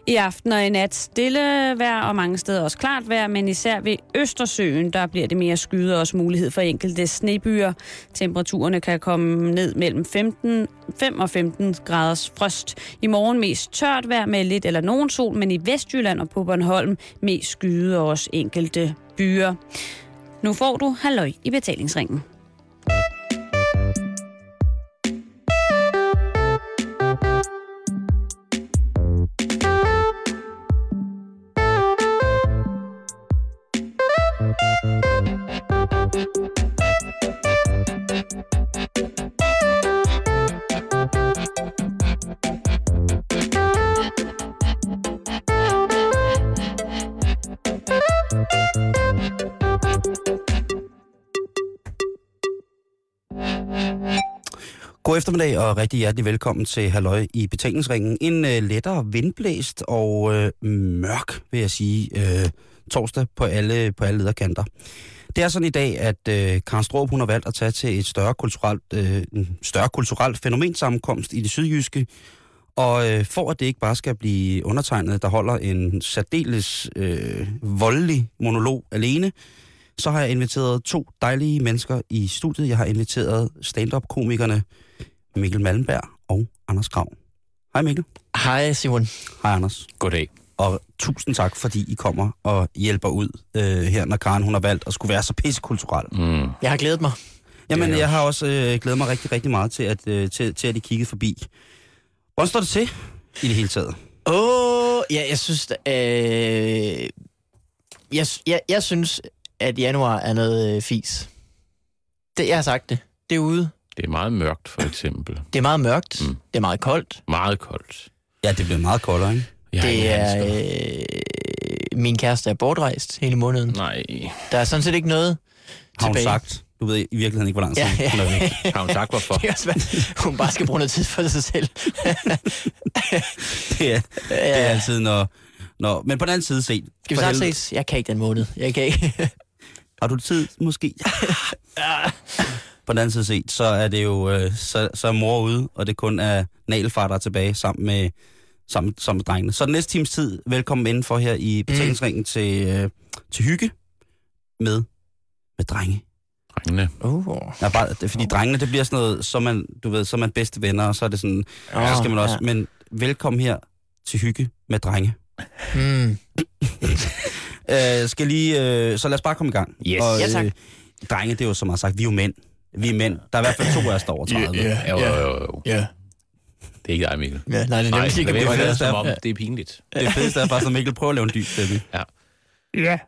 I aften og i nat stille vejr og mange steder også klart vejr, men især ved Østersøen, der bliver det mere skyet og også mulighed for enkelte snebyer. Temperaturerne kan komme ned mellem 5 og 15 graders frost. I morgen mest tørt vejr med lidt eller nogen sol, men i Vestjylland og på Bornholm mest skyet og også enkelte byer. Nu får du halløj i betalingsringen. God eftermiddag og rigtig hjertelig velkommen til Halløj i betalingsringen. En lettere vindblæst og mørk, vil jeg sige, torsdag på alle lederkanter. Det er sådan i dag, at Karen Straarup, hun har valgt at tage til et større kulturelt fænomensammenkomst i det sydjyske. Og for at det ikke bare skal blive undertegnet, der holder en særdeles voldelig monolog alene, så har jeg inviteret 2 dejlige mennesker i studiet. Jeg har inviteret stand-up-komikerne Mikkel Malmberg og Anders Krag. Hej Mikkel. Hej Simon. Hej Anders. Goddag. Og tusind tak, fordi I kommer og hjælper ud her, når Karen hun har valgt at skulle være så pissekulturel. Jeg har glædet mig. Jamen, jeg har også glædet mig rigtig, rigtig meget til, at I kiggede forbi. Hvordan står det til i det hele taget? Ja, jeg synes... Jeg synes, at januar er noget fis. Jeg har sagt det. Det er ude. Det er meget mørkt, for eksempel. Det er meget mørkt. Det er meget koldt. Meget koldt. Ja, det bliver meget koldere, ikke? Det er... min kæreste er bortrejst hele måneden. Nej. Der er sådan set ikke noget har hun tilbage. Sagt? Du ved i virkeligheden ikke, hvor lang tid hun er væk. Har hun sagt, hvorfor? Det er også, hun bare skal bruge noget tid for sig selv. det er altid, når... Men på den anden side set... Skal vi snart ses? Jeg kan ikke den måned. Jeg kan ikke. Har du tid, måske? På den anden side set, så er det jo... Så er mor ude, og det kun er nagelfar, der er tilbage sammen med drengene. Så den næste times tid, velkommen indenfor her i betalingsringen til hygge med drenge. Drengene. Ja, bare, fordi drengene, det bliver sådan noget, så er man bedste venner, og så er det sådan, så skal man også, men velkommen her til hygge med drenge. Skal lige, så lad os bare komme i gang. Yes. Og, ja, tak. Drenge, det er jo som jeg sagt, vi er jo mænd. Vi er mænd. Der er i hvert fald 2 af os, der over 30. Jo. Ja. Det er ikke dig, Mikkel. Ja, nej, det er det det. er som om, det er pinligt. Det fedeste er faktisk, at Mikkel prøver at lave en dyb stemme. Ja. Ja.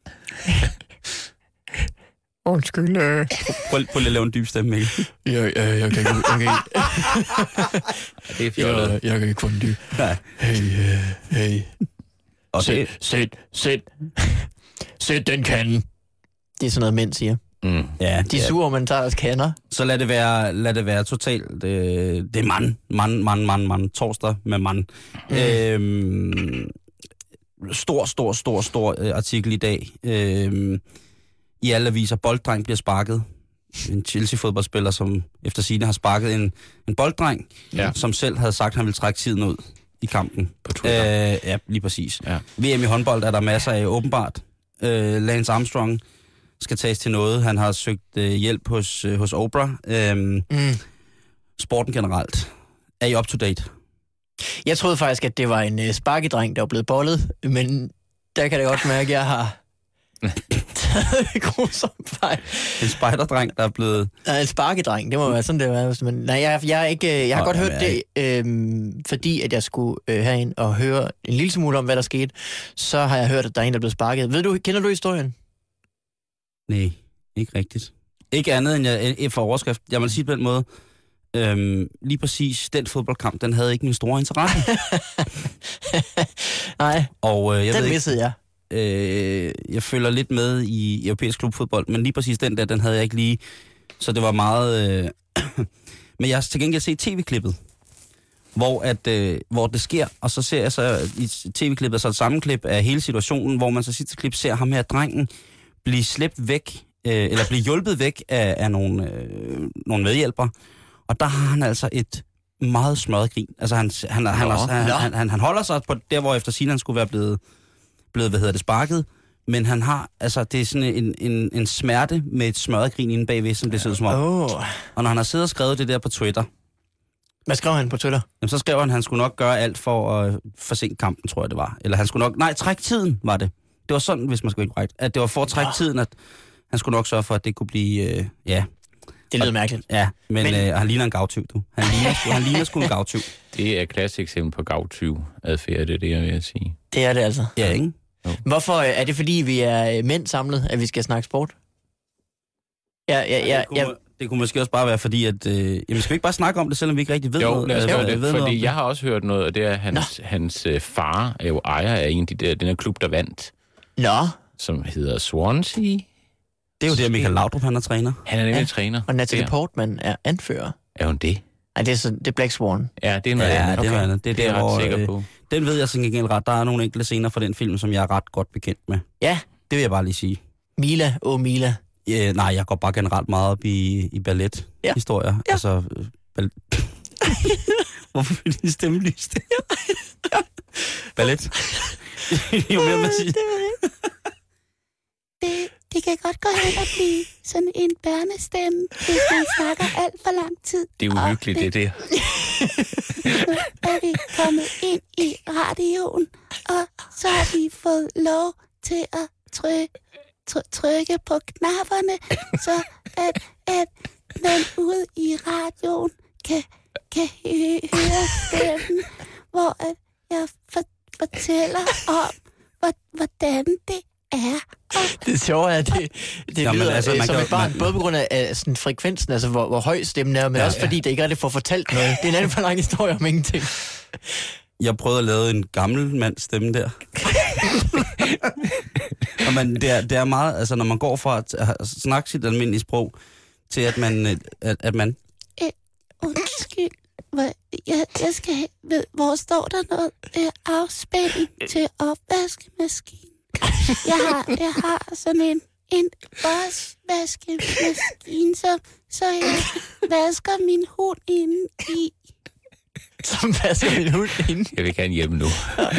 Undskyld. Prøv lige at lave en dyb stemme, Mikkel. Jeg kan ikke. Det er fjollet. Jeg kan ikke få den dyb. Nej. Hey. Og Sæt den kande. Det er sådan noget, mænd siger. Ja, De er sure, man tager deres kander. så lad det være totalt. Det er mand. Torsdag med mand. Stor artikel i dag. I alle aviser, bolddreng bliver sparket. En Chelsea-fodboldspiller, som efter sigende har sparket en bolddreng, som selv havde sagt, at han ville trække tiden ud i kampen. På Twitter. Ja, lige præcis. Ja. VM i håndbold er der masser af, åbenbart. Lance Armstrong skal tages til noget. Han har søgt hjælp hos Oprah. Sporten generelt. Er I up to date? Jeg troede faktisk, at det var en sparkedreng, der var blevet bollet, men der kan det godt mærke, at jeg har taget grusom fejl. En spejderdreng, der er blevet... Nej, en sparkedreng, det må være sådan, det var. Men nej, jeg har ikke... Jeg har godt hørt det, fordi at jeg skulle herind og høre en lille smule om, hvad der skete. Så har jeg hørt, at der er en, der er blevet sparket. Kender du historien? Nej, ikke rigtigt. Ikke andet end jeg for overskrift. Jeg må sige på den måde, lige præcis den fodboldkamp, den havde ikke min store interesse. Nej, Og jeg den ved missede jeg. Jeg følger lidt med i europæisk klubfodbold, men lige præcis den havde jeg ikke lige. Så det var meget... Men jeg har til gengæld set tv-klippet, hvor det sker, og så ser jeg så i tv-klippet så et sammenklip af hele situationen, hvor man så sidste klip ser ham her drengen blive slæbt væk, eller blive hjulpet væk af nogle medhjælpere. Og der har han altså et meget smørret grin. Altså han holder sig på der, hvor efter siden han skulle være blevet sparket. Men han har, altså det er sådan en smerte med et smørret grin inde bagved, som det ser ud som om. Og når han har siddet og skrevet det der på Twitter. Hvad skrev han på Twitter? Jamen, så skrev han skulle nok gøre alt for at forsinke kampen, tror jeg det var. Eller han skulle nok, trække tiden var det. Det var sådan, hvis man skulle ikke korrekt. At det var for at trække tiden, at han skulle nok sørge for, at det kunne blive, Det lyder mærkeligt. Ja, men han ligner en gavtyv, du. Han ligner sgu en gavtyv. Det er et klassisk eksempel på gavtyv-adfærd, det er det, jeg vil sige. Det er det altså. Ja, ikke? Jo. Hvorfor er det, fordi vi er mænd samlet, at vi skal snakke sport? Det kunne måske også bare være fordi, at... skal vi ikke bare snakke om det, selvom vi ikke rigtig ved noget? Jo, lad os gøre det, fordi jeg har også hørt noget, og det er, hans far er jo ejer af den her klub, der vandt. Nå. Som hedder Swansea. Det er jo det, Michael Laudrup, han er træner. Han er nemlig træner. Og Natalie Portman er anfører. Er hun det? Nej, det er Black Swan. Ja, det er noget andet. Det er andet. Det er jeg ret sikker på. Den ved jeg sådan ikke ret. Der er nogle enkelte scener fra den film, som jeg er ret godt bekendt med. Ja. Det vil jeg bare lige sige. Mila. Nej, jeg går bare generelt meget op i ballet-historier. Ja. Altså, hvorfor vil din stemme lyse? Ballet. Jo mere man siger. Det kan godt gå hen og blive sådan en børnestemme, hvis man snakker alt for lang tid. Det er uhyggeligt, det der. Nu er vi kommet ind i radioen, og så har vi fået lov til at trykke på knapperne, så at man ude i radioen kan høre stemmen, hvor at jeg fortæller om, hvordan det er. Det sjove er, at det lyder altså, som et barn, både på grund af sådan, frekvensen, altså hvor høj stemmen er, men også fordi det ikke rigtig får fortalt noget. Det er en anden for lang historie om ingenting. Jeg prøvede at lave en gammel mands stemme der. Og det er meget, altså når man går fra at snakke sit almindelige sprog, til at man... Undskyld, jeg skal ved, hvor står der noget afspænding til opvaskemaskinen? Jeg har sådan en opvaskemaskine, så jeg vasker min hund inde i. Som vasker min hund inde? Jeg vil gerne hjemme nu.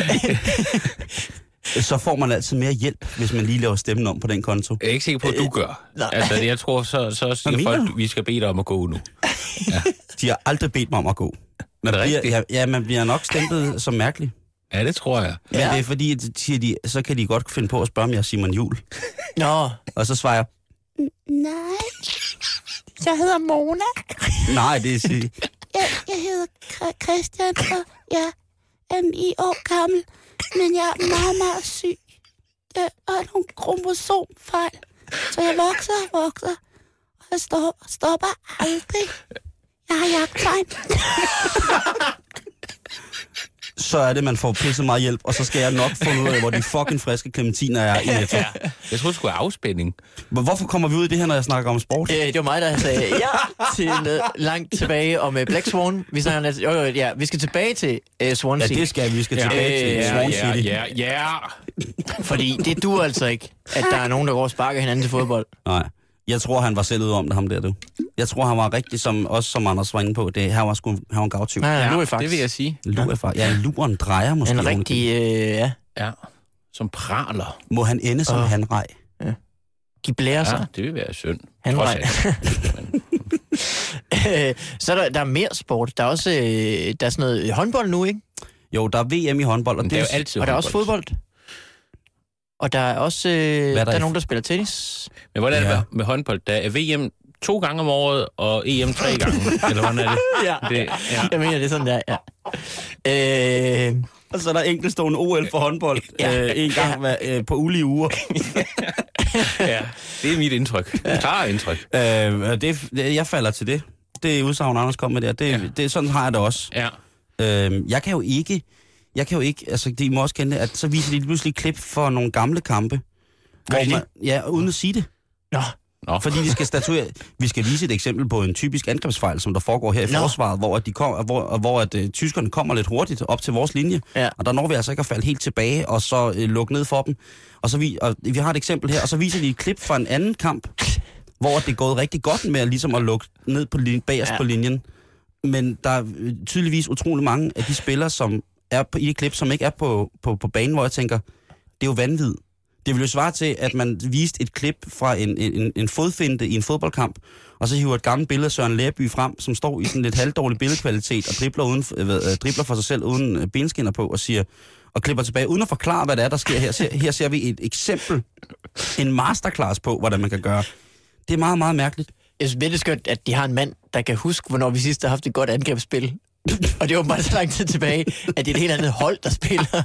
Så får man altid mere hjælp, hvis man lige laver stemmen om på den konto. Jeg er ikke sikker på, at du gør. Altså, jeg tror, så siger folk, vi skal bede dig om at gå nu. Ja. De har aldrig bedt mig om at gå. Men det er rigtigt? Man bliver nok stemplet som mærkelig. Ja, det tror jeg. Men det er fordi, at så kan de godt finde på at spørge, om jeg er Simon Juhl. Nå. Og så svarer jeg... Nej, jeg hedder Mona. Nej, det er sige. Jeg hedder Christian, og jeg er 9 år gammel, men jeg er meget, meget syg. Jeg har nogle kromosomfejl, så jeg vokser, og jeg stopper aldrig. Jeg har jagttegn. Så er det, man får pisset meget hjælp, og så skal jeg nok få ud af, hvor de fucking friske clementiner er i Netto. Jeg tror, det skulle være afspænding. Men hvorfor kommer vi ud i det her, når jeg snakker om sport? Det var mig, der sagde til langt tilbage om Black Swan. Vi snakker vi skal tilbage til Swansea. Ja, det skal vi. Vi skal tilbage til Swansea. Ja. Fordi det duer altså ikke, at der er nogen, der går og sparker hinanden til fodbold. Nej. Jeg tror, han var selv ude om det, ham der, du. Jeg tror, han var rigtig, som Anders var inde på. Han var en gavtyv. Ja, det vil jeg sige. Luren drejer måske. En rigtig, Ja, som praler. Må han ende som hanrej? Ja. De blærer sig. Ja, det vil være synd. Hanrej. Så der er mere sport. Der er også der er sådan noget håndbold nu, ikke? Jo, der er VM i håndbold. Og det er jo altid og der er også fodbold. Og der er også der er nogen, der spiller tennis. Men hvordan er det med håndbold? Der er VM 2 gange om året, og EM 3 gange. Eller hvordan er det? Ja. Jeg mener, det er sådan der, ja. Og så er der enkeltstående OL for håndbold en gang på ulige uger. Ja, det er mit indtryk. Klare indtryk. Jeg falder til det. Det er udsagn, Anders kom med der. Det sådan har jeg det også. Ja. Jeg kan jo ikke, altså de må også kende det, at så viser de pludselig klip for nogle gamle kampe. Uden at sige det. Nå. Fordi vi skal vise et eksempel på en typisk angrebsfejl, som der foregår her i forsvaret, hvor tyskerne kommer lidt hurtigt op til vores linje, og der når vi altså ikke at falde helt tilbage, og så lukke ned for dem. Og vi har et eksempel her, og så viser de et klip fra en anden kamp, hvor det er gået rigtig godt med ligesom at lukke ned på bagerst på linjen. Men der er tydeligvis utrolig mange af de spillere, som er i det klip, som ikke er på banen, hvor jeg tænker, det er jo vanvid. Det vil jo svare til, at man viste et klip fra en fodfinte i en fodboldkamp, og så hiver et gammelt billede af Søren Lerby frem, som står i sådan lidt halvdårlig billedkvalitet og dribler for sig selv uden benskinner på og klipper tilbage, uden at forklare, hvad det er, der sker her. Her ser vi et eksempel, en masterclass på, hvordan man kan gøre. Det er meget, meget mærkeligt. Jeg synes, det er skønt, at de har en mand, der kan huske, hvornår vi sidst har haft et godt angrebsspil. Og det er åbenbart så lang tid tilbage, at det er et helt andet hold, der spiller.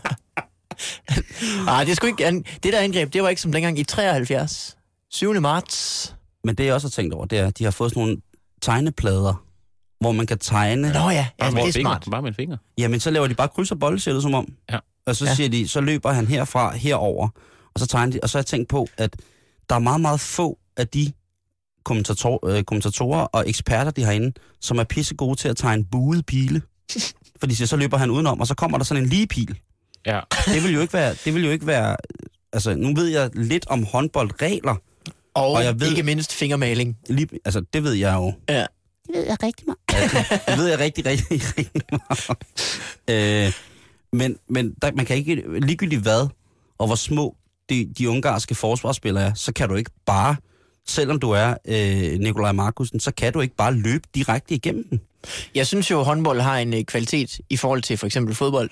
Det er sgu ikke... Det der angreb, det var ikke som dengang i 73. 7. marts. Men det jeg også har tænkt over, det er, at de har fået sådan nogle tegneplader, hvor man kan tegne... Nå ja, det er smart. Bare med en finger. Jamen, så laver de bare kryds og bold, ser det som om. Ja. Og så siger de, så løber han herfra, herover, og så tegner de. Og så har jeg tænkt på, at der er meget, meget få af de kommentatorer og eksperter, de har inde, som er pisse gode til at tegne buede pile. Fordi så løber han udenom, og så kommer der sådan en lige pil. Ja. Det vil jo ikke være... Altså, nu ved jeg lidt om håndboldregler. Og jeg ved, ikke mindst fingermaling. Altså, det ved jeg jo. Ja. Det ved jeg rigtig meget. Det ved jeg rigtig meget. Men man kan ikke, ligegyldigt hvad, og hvor små de ungarske forsvarsspillere er, så kan du ikke bare, selvom du er Nikolaj Markussen, så kan du ikke bare løbe direkte igennem den. Jeg synes jo, at håndbold har en kvalitet i forhold til for eksempel fodbold,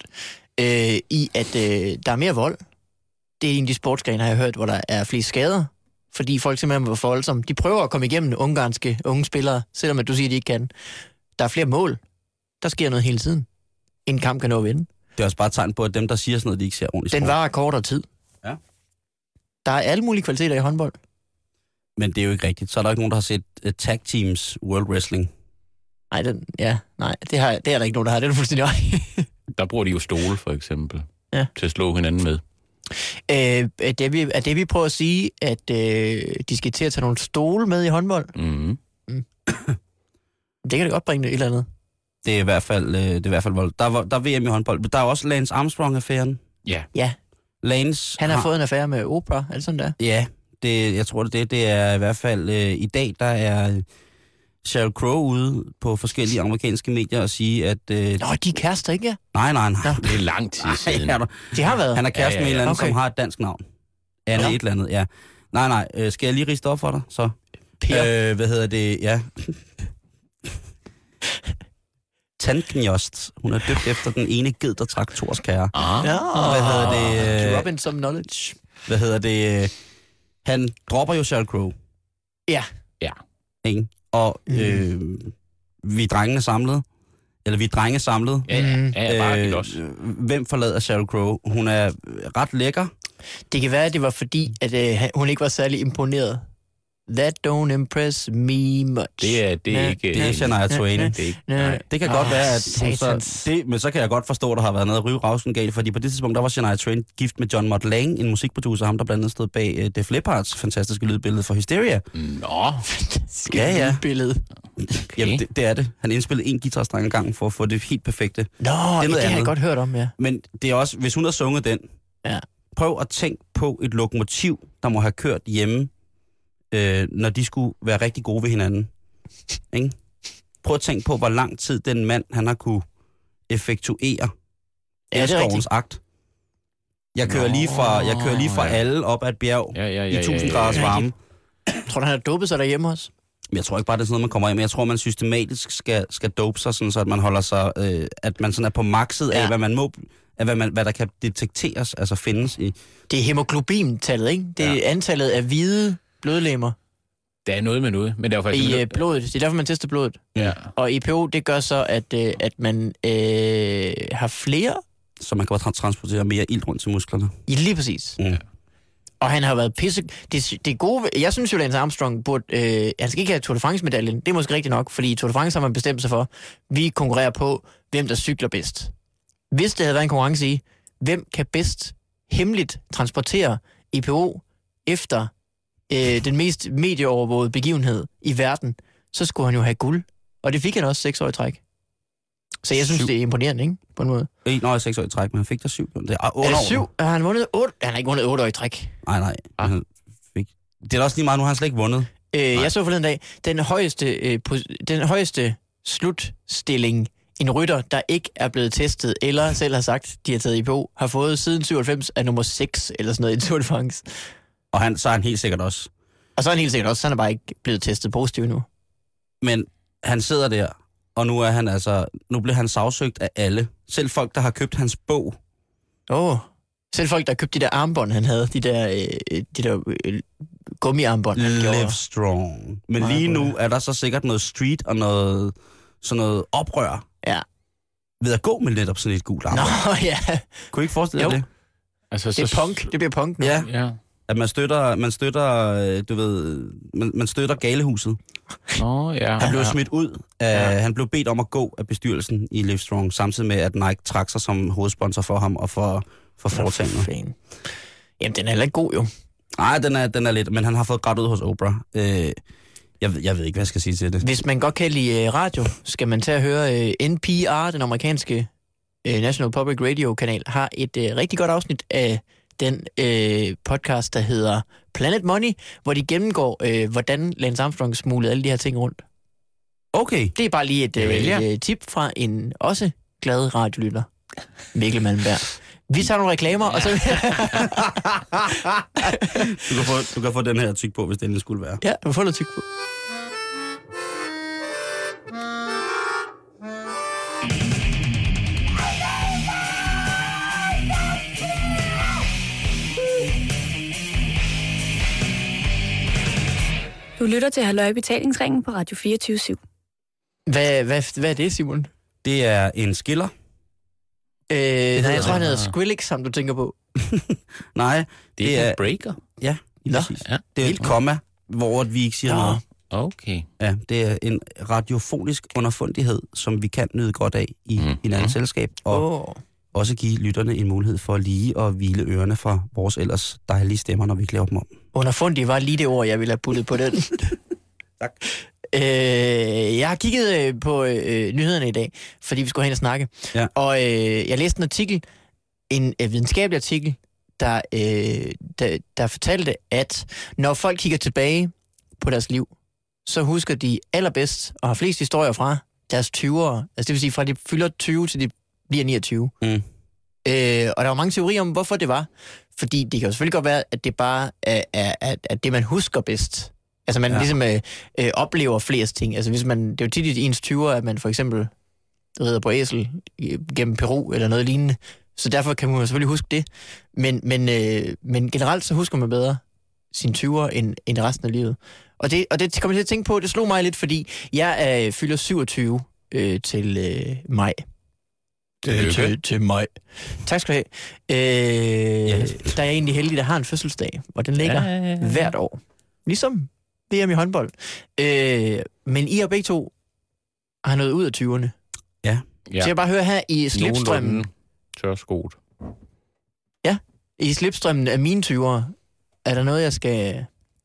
i at der er mere vold. Det er en af de sportsgrene, har jeg hørt, hvor der er flest skader, fordi folk simpelthen var for voldsomme. De prøver at komme igennem ungarske unge spillere, selvom at du siger, at de ikke kan. Der er flere mål. Der sker noget hele tiden. En kamp kan nå at vinde. Det er også bare et tegn på, at dem, der siger sådan noget, de ikke ser ordentligt. Den varer kortere tid. Ja. Der er alle mulige kvaliteter i håndbold. Men det er jo ikke rigtigt. Så er der ikke nogen, der har set Tag Teams World Wrestling. Nej, det er der ikke nogen, der har. Det er fuldstændig Der bruger de jo stole, for eksempel, til at slå hinanden med. Er det, vi prøver at sige, at de skal til at tage nogle stole med i håndbold? Mm. Det kan da godt bringe det et eller andet. Det er i hvert fald vold. Der er VM i håndbold. Der er også Lance Armstrong-affæren. Ja. Lance han har fået en affære med Oprah, alt sådan der. Ja, jeg tror det er i hvert fald i dag, der er Sheryl Crow ude på forskellige amerikanske medier og sige, at... Nå, de er kærester, ikke? Nej. Det er lang tid siden. De har været? Han er kæreste med en eller anden, som har et dansk navn. Anne et eller andet, ja. Nej. Skal jeg lige riste op for dig, så? Per. Hvad hedder det? Ja. Tandknjost. Hun er døbt efter den ene ged, der trak Thors kære. Hvad hedder det? Robin some knowledge. Hvad hedder det? Han dropper jo Sheryl Crow. Ja. Ikke? Og vi er drenge samlet. Ja, bare lidt også. Hvem forlader Sheryl Crow? Hun er ret lækker. Det kan være, at det var fordi, at hun ikke var særlig imponeret. That don't impress me much. Det er ikke... Det er Shania Twain. Det kan godt være, at hun men så kan jeg godt forstå, at der har været noget ryvragsen galt, fordi på det tidspunkt, der var Shania Twain gift med John Mott Lang, en musikproducer, ham der blandt andet stod bag Def Leppards fantastiske lydbillede for Hysteria. Nå, ja. Lydbillede. Okay. Jamen, det er det. Han indspillede en guitarstreng ad gangen for at få det helt perfekte. Nå, det har jeg godt hørt om, ja. Men det er også, hvis hun har sunget den, prøv at tænke på et lokomotiv, der må have kørt hjemme, når de skulle være rigtig gode ved hinanden. Ikke? Prøv at tænke på, hvor lang tid den mand, han har kunne effektuere elskovens akt. Jeg kører lige fra alle op ad et bjerg i 1000 graders varme. Tror du, han har dopet sig derhjemme også? Men jeg tror ikke bare, det er sådan noget, man kommer hjem. Jeg tror, man systematisk skal dope sig, sådan, så at man holder sig, at man sådan er på makset af, hvad man må, hvad der kan detekteres, altså findes i. Det er hemoglobin-tallet, ikke? Det er antallet af hvide blodlegemer. Der er noget med noget. Men det er i blodet. Det er derfor, man tester blodet. Ja. Og EPO, det gør så, at man har flere. Så man kan bare transportere mere ilt rundt til musklerne. Ja, lige præcis. Mm. Og han har været pisse... Det gode... Jeg synes jo, Lance Armstrong burde... han skal ikke have Tour de France-medaljen. Det er måske rigtigt nok, fordi Tour de France har man bestemt sig for. Vi konkurrerer på, hvem der cykler bedst. Hvis det havde været en konkurrence i, hvem kan bedst hemmeligt transportere EPO efter den mest medieovervågede begivenhed i verden, så skulle han jo have guld. Og det fik han også 6 år i træk. Så jeg synes, det er imponerende, ikke? På en måde. Ikke 6 år i træk, men han fik der 7. Det er 8 år. 7? Har han vundet 8? Han har ikke vundet 8 år i træk. Nej. Det er da også lige meget, nu har han slet ikke vundet. Jeg så forleden dag, den højeste slutstilling en rytter, der ikke er blevet testet, eller selv har sagt, de har taget IPO, har fået siden 97 af nummer 6, eller sådan noget i Tour de France. Og så er han helt sikkert også. Og så er han helt sikkert også, han er bare ikke blevet testet positiv nu. Men han sidder der, og nu bliver han sagsøgt af alle. Selv folk, der har købt hans bog. Selv folk, der har købt de der armbånd, han havde, de der gummiarmbånd, han gjorde. Live strong. Men lige nu er der så sikkert noget street og sådan noget oprør. Ja. Ved at gå med netop sådan et gult armbånd. Nå, ja. Kunne I ikke forestille jer det? Altså, det er punk. Det bliver punk nu. Ja. At man støtter, du ved, man støtter Galehuset. Han blev smidt ud. Han blev bedt om at gå af bestyrelsen i Livestrong, samtidig med, at Nike trak sig som hovedsponsor for ham og for foretagendet. Jamen, den er heller ikke god, jo. Nej, den er lidt, men han har fået grædt ud hos Oprah. Jeg ved ikke, hvad jeg skal sige til det. Hvis man godt kan lide radio, skal man tage at høre NPR, den amerikanske National Public Radio-kanal, har et rigtig godt afsnit af den podcast, der hedder Planet Money, hvor de gennemgår, hvordan Lance Armstrong smuglede alle de her ting rundt. Okay. Det er bare lige et tip fra en også glad radiolytter, Mikkel Malmberg. Vi tager nogle reklamer, og så... du kan få den her tyk på, hvis det endelig skulle være. Ja, du får noget tyk på. Du lytter til Halløj Betalingsringen på Radio 24/7. Hvad er det, Simon? Det er en skiller. Jeg tror, han hedder Skrillex, som du tænker på. Nej, det er en breaker. Ja, præcis. Ja. Det er et komma, hvor vi ikke siger noget. Okay. Ja, det er en radiofonisk underfundighed, som vi kan nyde godt af i hinandens selskab, og også give lytterne en mulighed for lige at hvile ørerne fra vores ellers dejlige stemmer, når vi laver dem om. Underfundig var lige det ord, jeg ville have puttet på den. Tak. Jeg har kigget på nyhederne i dag, fordi vi skulle hen og snakke. Ja. Og jeg læste en artikel, en videnskabelig artikel, der fortalte, at når folk kigger tilbage på deres liv, så husker de allerbedst og har flest historier fra deres 20'ere. Altså det vil sige, fra de fylder 20 til de bliver 29. Og der var mange teorier om, hvorfor det var. Fordi det kan jo selvfølgelig godt være, at det bare er det, man husker bedst. Altså man ligesom oplever flest ting. Altså hvis man, det er jo tit i ens 20'er, at man for eksempel rider på æsel gennem Peru eller noget lignende. Så derfor kan man selvfølgelig huske det. Men generelt så husker man bedre sine 20'er end resten af livet. Og det kommer jeg til at tænke på, det slog mig lidt, fordi jeg fylder 27 til maj. Til maj. Tak skal du have. Der er jeg egentlig heldig, der har en fødselsdag, hvor den ligger hvert år. Ligesom VM i håndbold. Men I og begge to har nået ud af 20'erne. Ja. Så jeg bare høre her i slipstrømmen. Tørskoet. Ja, i slipstrømmen af mine 20'ere, er der noget, jeg skal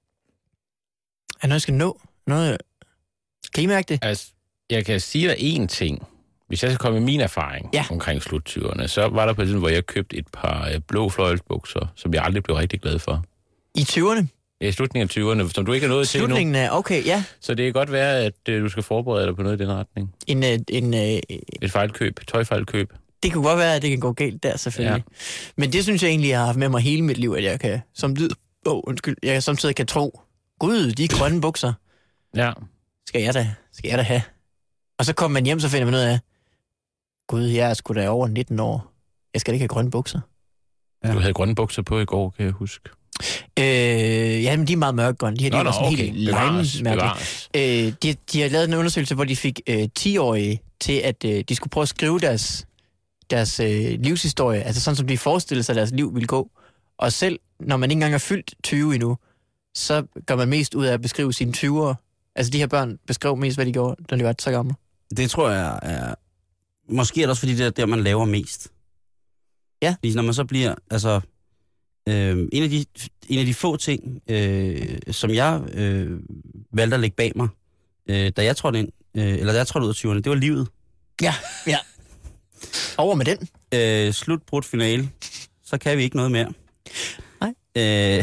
nå? Kan I mærke det? Altså, jeg kan sige dig én ting. Hvis jeg skal komme med min erfaring omkring slut-20'erne, så var der på et tidspunkt, hvor jeg købte et par blå fløjelsbukser, som jeg aldrig blev rigtig glad for. I 20'erne? Ja, i slutningen af 20'erne, som du ikke er nået til endnu. Slutningen af, okay, ja. Så det kan godt være, at du skal forberede dig på noget i den retning. Et fejlkøb, tøjfejlkøb. Det kan godt være, at det kan gå galt der, selvfølgelig. Ja. Men det synes jeg egentlig, jeg har haft med mig hele mit liv, at jeg kan, jeg samtidig kan tro, gud, de grønne bukser. Ja. Skal jeg da have. Og så kommer man hjem, så finder man ud af, gud, jeg er sgu da over 19 år. Jeg skal ikke have grønne bukser. Ja. Du havde grønne bukser på i går, kan jeg huske. Ja, men de er meget mørkegrønne. De her var sådan helt lime-mærkelige. De har lavet en undersøgelse, hvor de fik 10-årige til, at de skulle prøve at skrive deres livshistorie, altså sådan, som de forestillede sig, at deres liv ville gå. Og selv når man ikke engang er fyldt 20 endnu, så gør man mest ud af at beskrive sine 20'ere. Altså de her børn beskrev mest, hvad de gjorde, da de var så gamle. Det tror jeg er... Måske er det også, fordi det er der, man laver mest. Ja. Fordi når man så bliver... Altså, en af de få ting, som jeg valgte at lægge bag mig, da jeg trådte ind, eller da jeg trådte ud af 20'erne, det var livet. Ja. Over med den. Slutbrudt finale. Så kan vi ikke noget mere. Nej.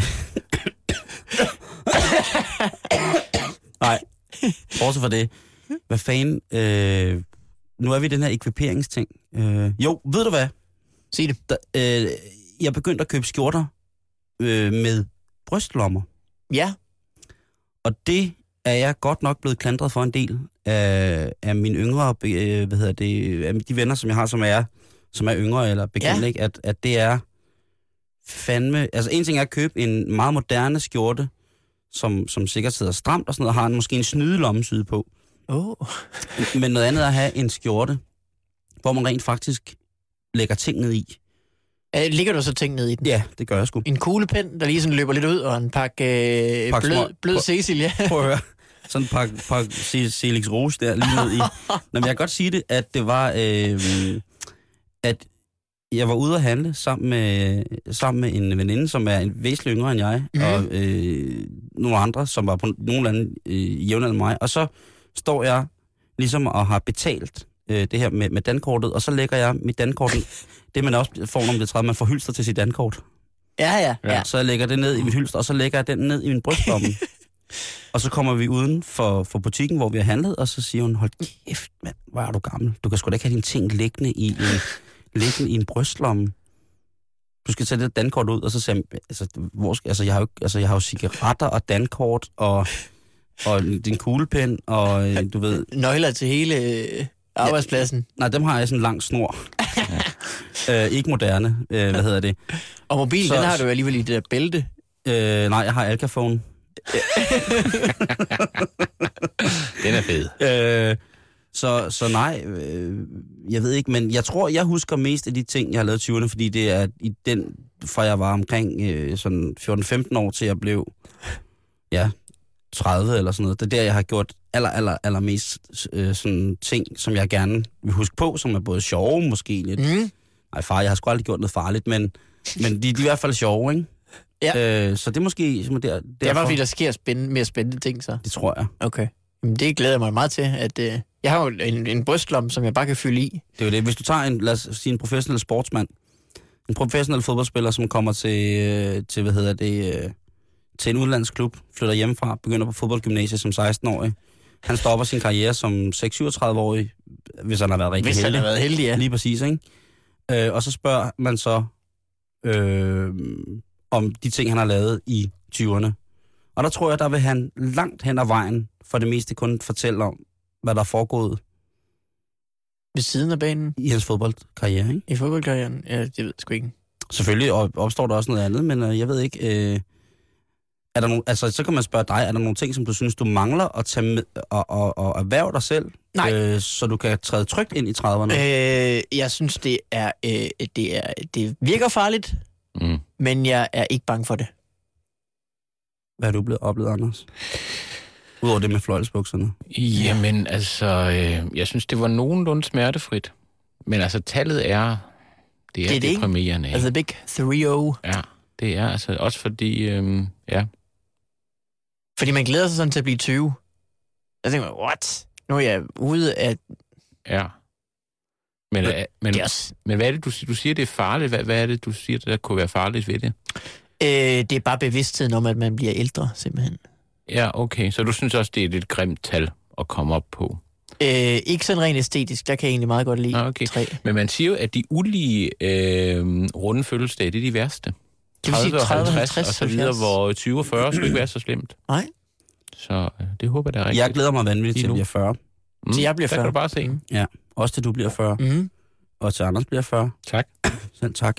Nej. Bortset fra det. Hvad fanden? Nu er vi i den her ekviperingsting. Jo, ved du hvad? Sig det. Jeg begyndte at købe skjorter med brystlommer. Ja. Og det er jeg godt nok blevet klandret for en del af mine yngre, af de venner, som jeg har, som er yngre eller bekendte, ikke? At det er fandme... Altså en ting er at købe en meget moderne skjorte, som sikkert sidder stramt og sådan noget, og har måske en snydelommesyde på. Men noget andet er at have en skjorte, hvor man rent faktisk lægger ting ned i. Ligger du så ting ned i den? Ja, det gør jeg sgu. En kuglepen, der lige sådan løber lidt ud, og en pakke blød Cecilia. Prøv at høre. Sådan en pakke Felix Rouge der lige ned i. Nå, men jeg kan godt sige det, at det var, at jeg var ude at handle sammen med en veninde, som er en væsentlig yngre end jeg, og nogle andre, som var på nogenlunde jævnaldrende mig. Og så står jeg ligesom og har betalt det her med dankortet, og så lægger jeg mit dankort, det man også får, når det træder, man får hylster til sit dankort. Ja. Så jeg lægger det ned i mit hylster, og så lægger jeg den ned i min brystlomme. Og så kommer vi uden for butikken, hvor vi har handlet, og så siger hun, hold kæft, mand, hvor er du gammel. Du kan sgu da ikke have dine ting liggende i en brystlomme. Du skal tage det dankort ud, og så siger jeg har jo cigaretter og dankort, og din kuglepen, og du ved... Nøgler til hele arbejdspladsen. Ja, nej, dem har jeg sådan en lang snor. Ikke moderne, hvad hedder det. Og mobilen, den har du alligevel i det der bælte. Nej, jeg har Alcafone. Den er fed. Så nej, jeg ved ikke, men jeg tror, jeg husker mest af de ting, jeg har lavet i 20'erne, fordi det er i den, fra jeg var omkring sådan 14-15 år til jeg blev, 30 eller sådan noget. Det er der, jeg har gjort allermest sådan ting, som jeg gerne vil huske på, som er både sjove, måske lidt. Nej, far, jeg har sgu aldrig gjort noget farligt, men de er i hvert fald sjove, ikke? Ja. Så det er måske... Det er bare fordi, der sker mere spændende ting, så. Det tror jeg. Okay. Men det glæder jeg mig meget til, at... jeg har jo en brystlomme, som jeg bare kan fylde i. Det er jo det. Hvis du tager en professionel sportsmand, en professionel fodboldspiller, som kommer til en udlandsklub, flytter hjemmefra, begynder på fodboldgymnasiet som 16-årig. Han stopper sin karriere som 6-37-årig, hvis han har været rigtig heldig. Hvis han har været heldig, ja. Lige præcis, ikke? Og så spørger man så om de ting, han har lavet i 20'erne. Og der tror jeg, der vil han langt hen ad vejen for det meste kun fortælle om, hvad der er foregået. Ved siden af banen? I hans fodboldkarriere, ikke? I fodboldkarrieren? Ja, det ved jeg sgu ikke. Selvfølgelig opstår der også noget andet, men jeg ved ikke... er der nogle, så kan man spørge dig, er der nogle ting, som du synes, du mangler at tage med og erhverve dig selv? Nej. Så du kan træde trygt ind i 30'erne? Jeg synes, det virker farligt, men jeg er ikke bange for det. Hvad har du blevet oplevet, Anders? Udover det med fløjlsbukserne. Jamen, jeg synes, det var nogenlunde smertefrit. Men tallet er deprimerende. Altså Big 3-0. Ja, det er også fordi, Fordi man glæder sig sådan til at blive 20. Jeg tænker, what? Nu er jeg ude af... Ja. Men hvad er det, du siger, det er farligt? Hvad er det, du siger, der kunne være farligt ved det? Det er bare bevidstheden om, at man bliver ældre, simpelthen. Ja, okay. Så du synes også, det er et lidt grimt tal at komme op på? Ikke sådan rent æstetisk. Der kan jeg egentlig meget godt lide 3. Men man siger jo, at de ulige runde fødselsdage, det er de værste. Det vil sige 30, 50 og så videre, hvor 20 og 40 skulle ikke være så slemt. Nej. Så det håber jeg, det er rigtigt. Jeg glæder mig vanvittigt til at blive 40. Til jeg bliver 40. Der kan du bare se. Ja, også til du bliver 40. Og til Anders bliver 40. Tak. Selv tak.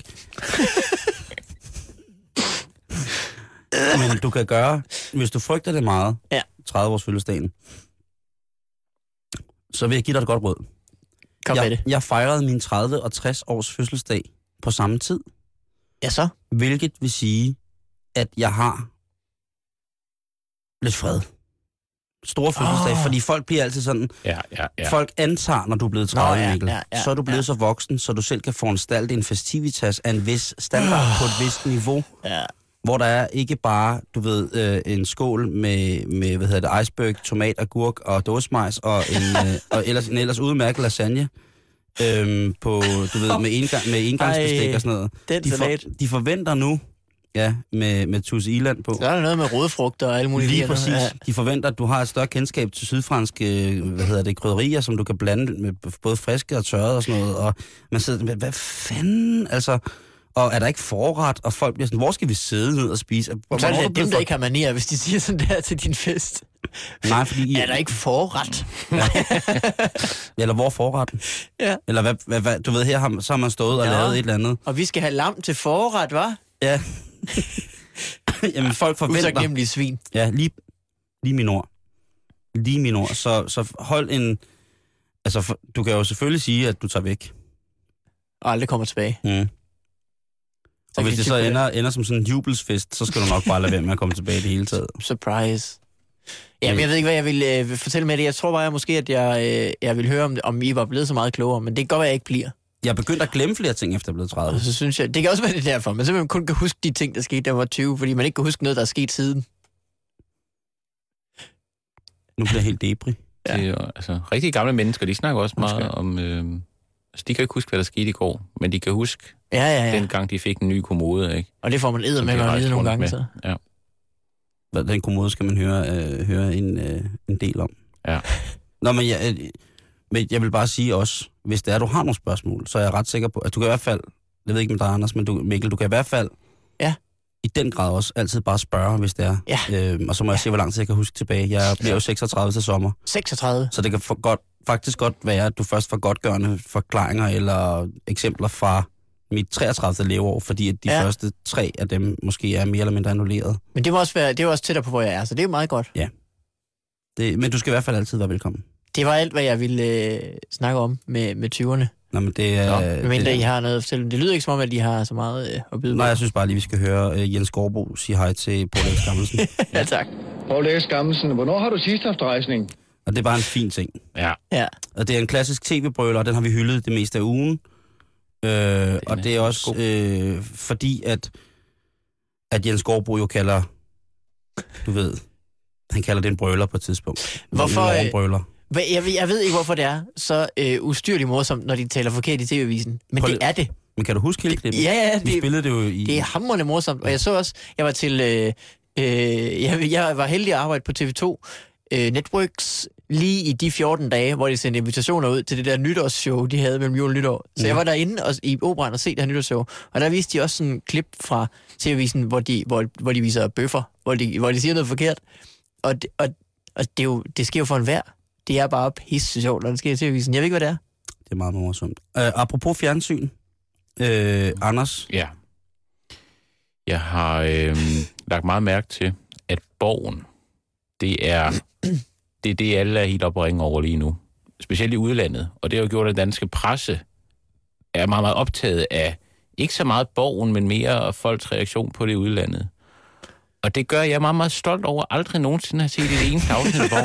Men du kan gøre, hvis du frygter det meget, 30 års fødselsdagen, så vil jeg give dig et godt råd. Kom med det. Jeg fejrede min 30 og 60 års fødselsdag på samme tid. Ja, så? Hvilket vil sige, at jeg har lidt fred. Store fødselsdag, fordi folk bliver altid sådan... Ja. Folk antager, når du er blevet 30, Mikkel, så er du blevet så voksen, så du selv kan foranstalte en festivitas af en vis standard på et vist niveau. Ja. Hvor der er ikke bare, du ved, en skål med iceberg, tomat, agurk og dåsemajs og en ellers udmærket lasagne på, du ved, med engangsbestik og sådan noget. De forventer nu, Ja, med Tusse Iland på. Så er der noget med rødfrugter og alle mulige. Lige præcis. Ja. De forventer, at du har et større kendskab til sydfranske, krydderier, som du kan blande med både friske og tørrede og sådan noget. Og man sidder, hvad fanden, altså... Og er der ikke forret, og folk bliver sådan, hvor skal vi sidde ned og spise? Så er det dem, der ikke har manier, hvis de siger sådan der til din fest. Nej, fordi... Er der ikke forret? Ja. Eller hvor er forretten? Ja. Eller hvad, du ved, så har man stået og lavet et eller andet. Og vi skal have lam til forret, hva'? Ja. Jamen, folk forventer... Usagnemmelige svin. Ja, lige min ord. Lige min ord. Så hold en... Altså, du kan jo selvfølgelig sige, at du tager væk. Og aldrig kommer tilbage. Mm. Og hvis det så ender som sådan en jubelsfest, så skal du nok bare lade være med at komme tilbage det hele taget. Surprise. Jamen, jeg ved ikke, hvad jeg vil fortælle med det. Jeg tror bare måske, at jeg vil høre, om I var blevet så meget klogere, men det kan godt være, at jeg ikke bliver. Jeg er begyndt at glemme flere ting, efter jeg er blevet 30. Og så synes jeg, det kan også være det derfor, men simpelthen kun kan huske de ting, der skete, da jeg var 20, fordi man ikke kan huske noget, der er sket siden. Nu bliver jeg helt debri. Ja. Det er jo, altså, rigtig gamle mennesker, de snakker også meget om... Altså, de kan ikke huske, hvad der skete i går, men de kan huske dengang, de fik en ny kommode, ikke? Og det får man eddermame at vide nogle gange, så. Ja. Den kommode skal man høre en del om. Ja. Nå, men jeg vil bare sige også, hvis det er, du har nogle spørgsmål, så er jeg ret sikker på, at du kan i hvert fald, jeg ved ikke med dig, Anders, men Mikkel, du kan i hvert fald i den grad også altid bare spørge, hvis det er. Ja. Og så må jeg se, hvor lang tid jeg kan huske tilbage. Jeg bliver jo 36 til sommer. 36? Så det kan faktisk godt være, at du først får godtgørende forklaringer eller eksempler fra mit 33. leveår, fordi at de første 3 af dem måske er mere eller mindre annulleret. Men det er jo også tættere på, hvor jeg er, så det er jo meget godt. Ja. Men du skal i hvert fald altid være velkommen. Det var alt, hvad jeg ville snakke om med 20'erne. Nå, men det er... Men I har noget at fortælle. Det lyder ikke som om, at I har så meget at byde på. Nej, jeg synes bare lige, vi skal høre Jens Gårdbo sige hej til Poul Erik Skammelsen. Ja, tak. Poul Erik Skammelsen, hvornår har du sidst haft rejsning? Og det er bare en fin ting. Ja. Og det er en klassisk tv-brøler, og den har vi hyldet det meste af ugen. Og det er også fordi, at Jens Gårdbo jo kalder, du ved, han kalder det en brøler på et tidspunkt. Hvorfor? En brøler. Jeg ved ikke, hvorfor det er så ustyrligt morsomt, når de taler forkert i tv-avisen. Men det er det. Men kan du huske hele klippet? Ja, vi spillede det jo i... Det er hamrende morsomt. Og jeg så også, jeg var til... jeg var heldig at arbejde på TV2 Networks lige i de 14 dage, hvor de sendte invitationer ud til det der nytårsshow, de havde mellem jul og nytår. Så jeg var derinde i Operaen og se det her nytårsshow. Og der viste de også sådan en klip fra TV-avisen, hvor de viser bøffer, hvor de siger noget forkert. Og det sker jo for enhver. Det er bare pisse sjovt, når det sker i TV-avisen. Jeg ved ikke, hvad det er. Det er meget morsomt. Apropos fjernsyn, Anders? Ja. Jeg har lagt meget mærke til, at Borgen, det er det, alle er helt oppe og ringe over lige nu. Specielt i udlandet. Og det har jo gjort, at danske presse er meget, meget optaget af, ikke så meget Borgen, men mere folks reaktion på det i udlandet. Og det gør jeg meget, meget stolt over. Aldrig nogensinde har set det eneste afsnit af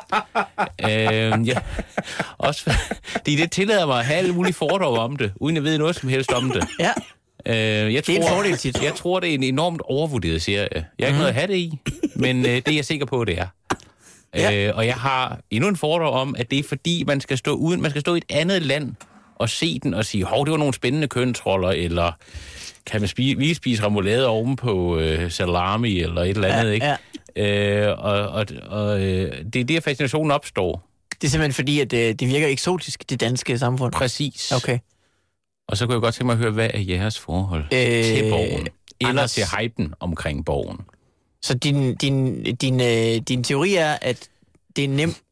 Borgen. Også fordi det tillader mig at have alle mulige fordomme om det, uden jeg ved noget som helst om det. Ja. Jeg tror, det er en enormt overvurderet serie. Jeg har ikke noget at have det i, men det er jeg sikker på, det er. Ja. Og jeg har endnu en fordom om, at det er fordi, man skal stå i et andet land og se den og sige, det var nogle spændende kønsroller, eller kan man lige spise remoulade oven på salami, eller et eller andet, ikke? Ja. Og det er der fascinationen opstår. Det er simpelthen fordi, at det virker eksotisk, det danske samfund. Præcis. Okay. Og så kunne jeg godt tænke mig at høre, hvad er jeres forhold til Borgen? Eller Anders, til hypen omkring Borgen? Så din teori er, at det er nemt.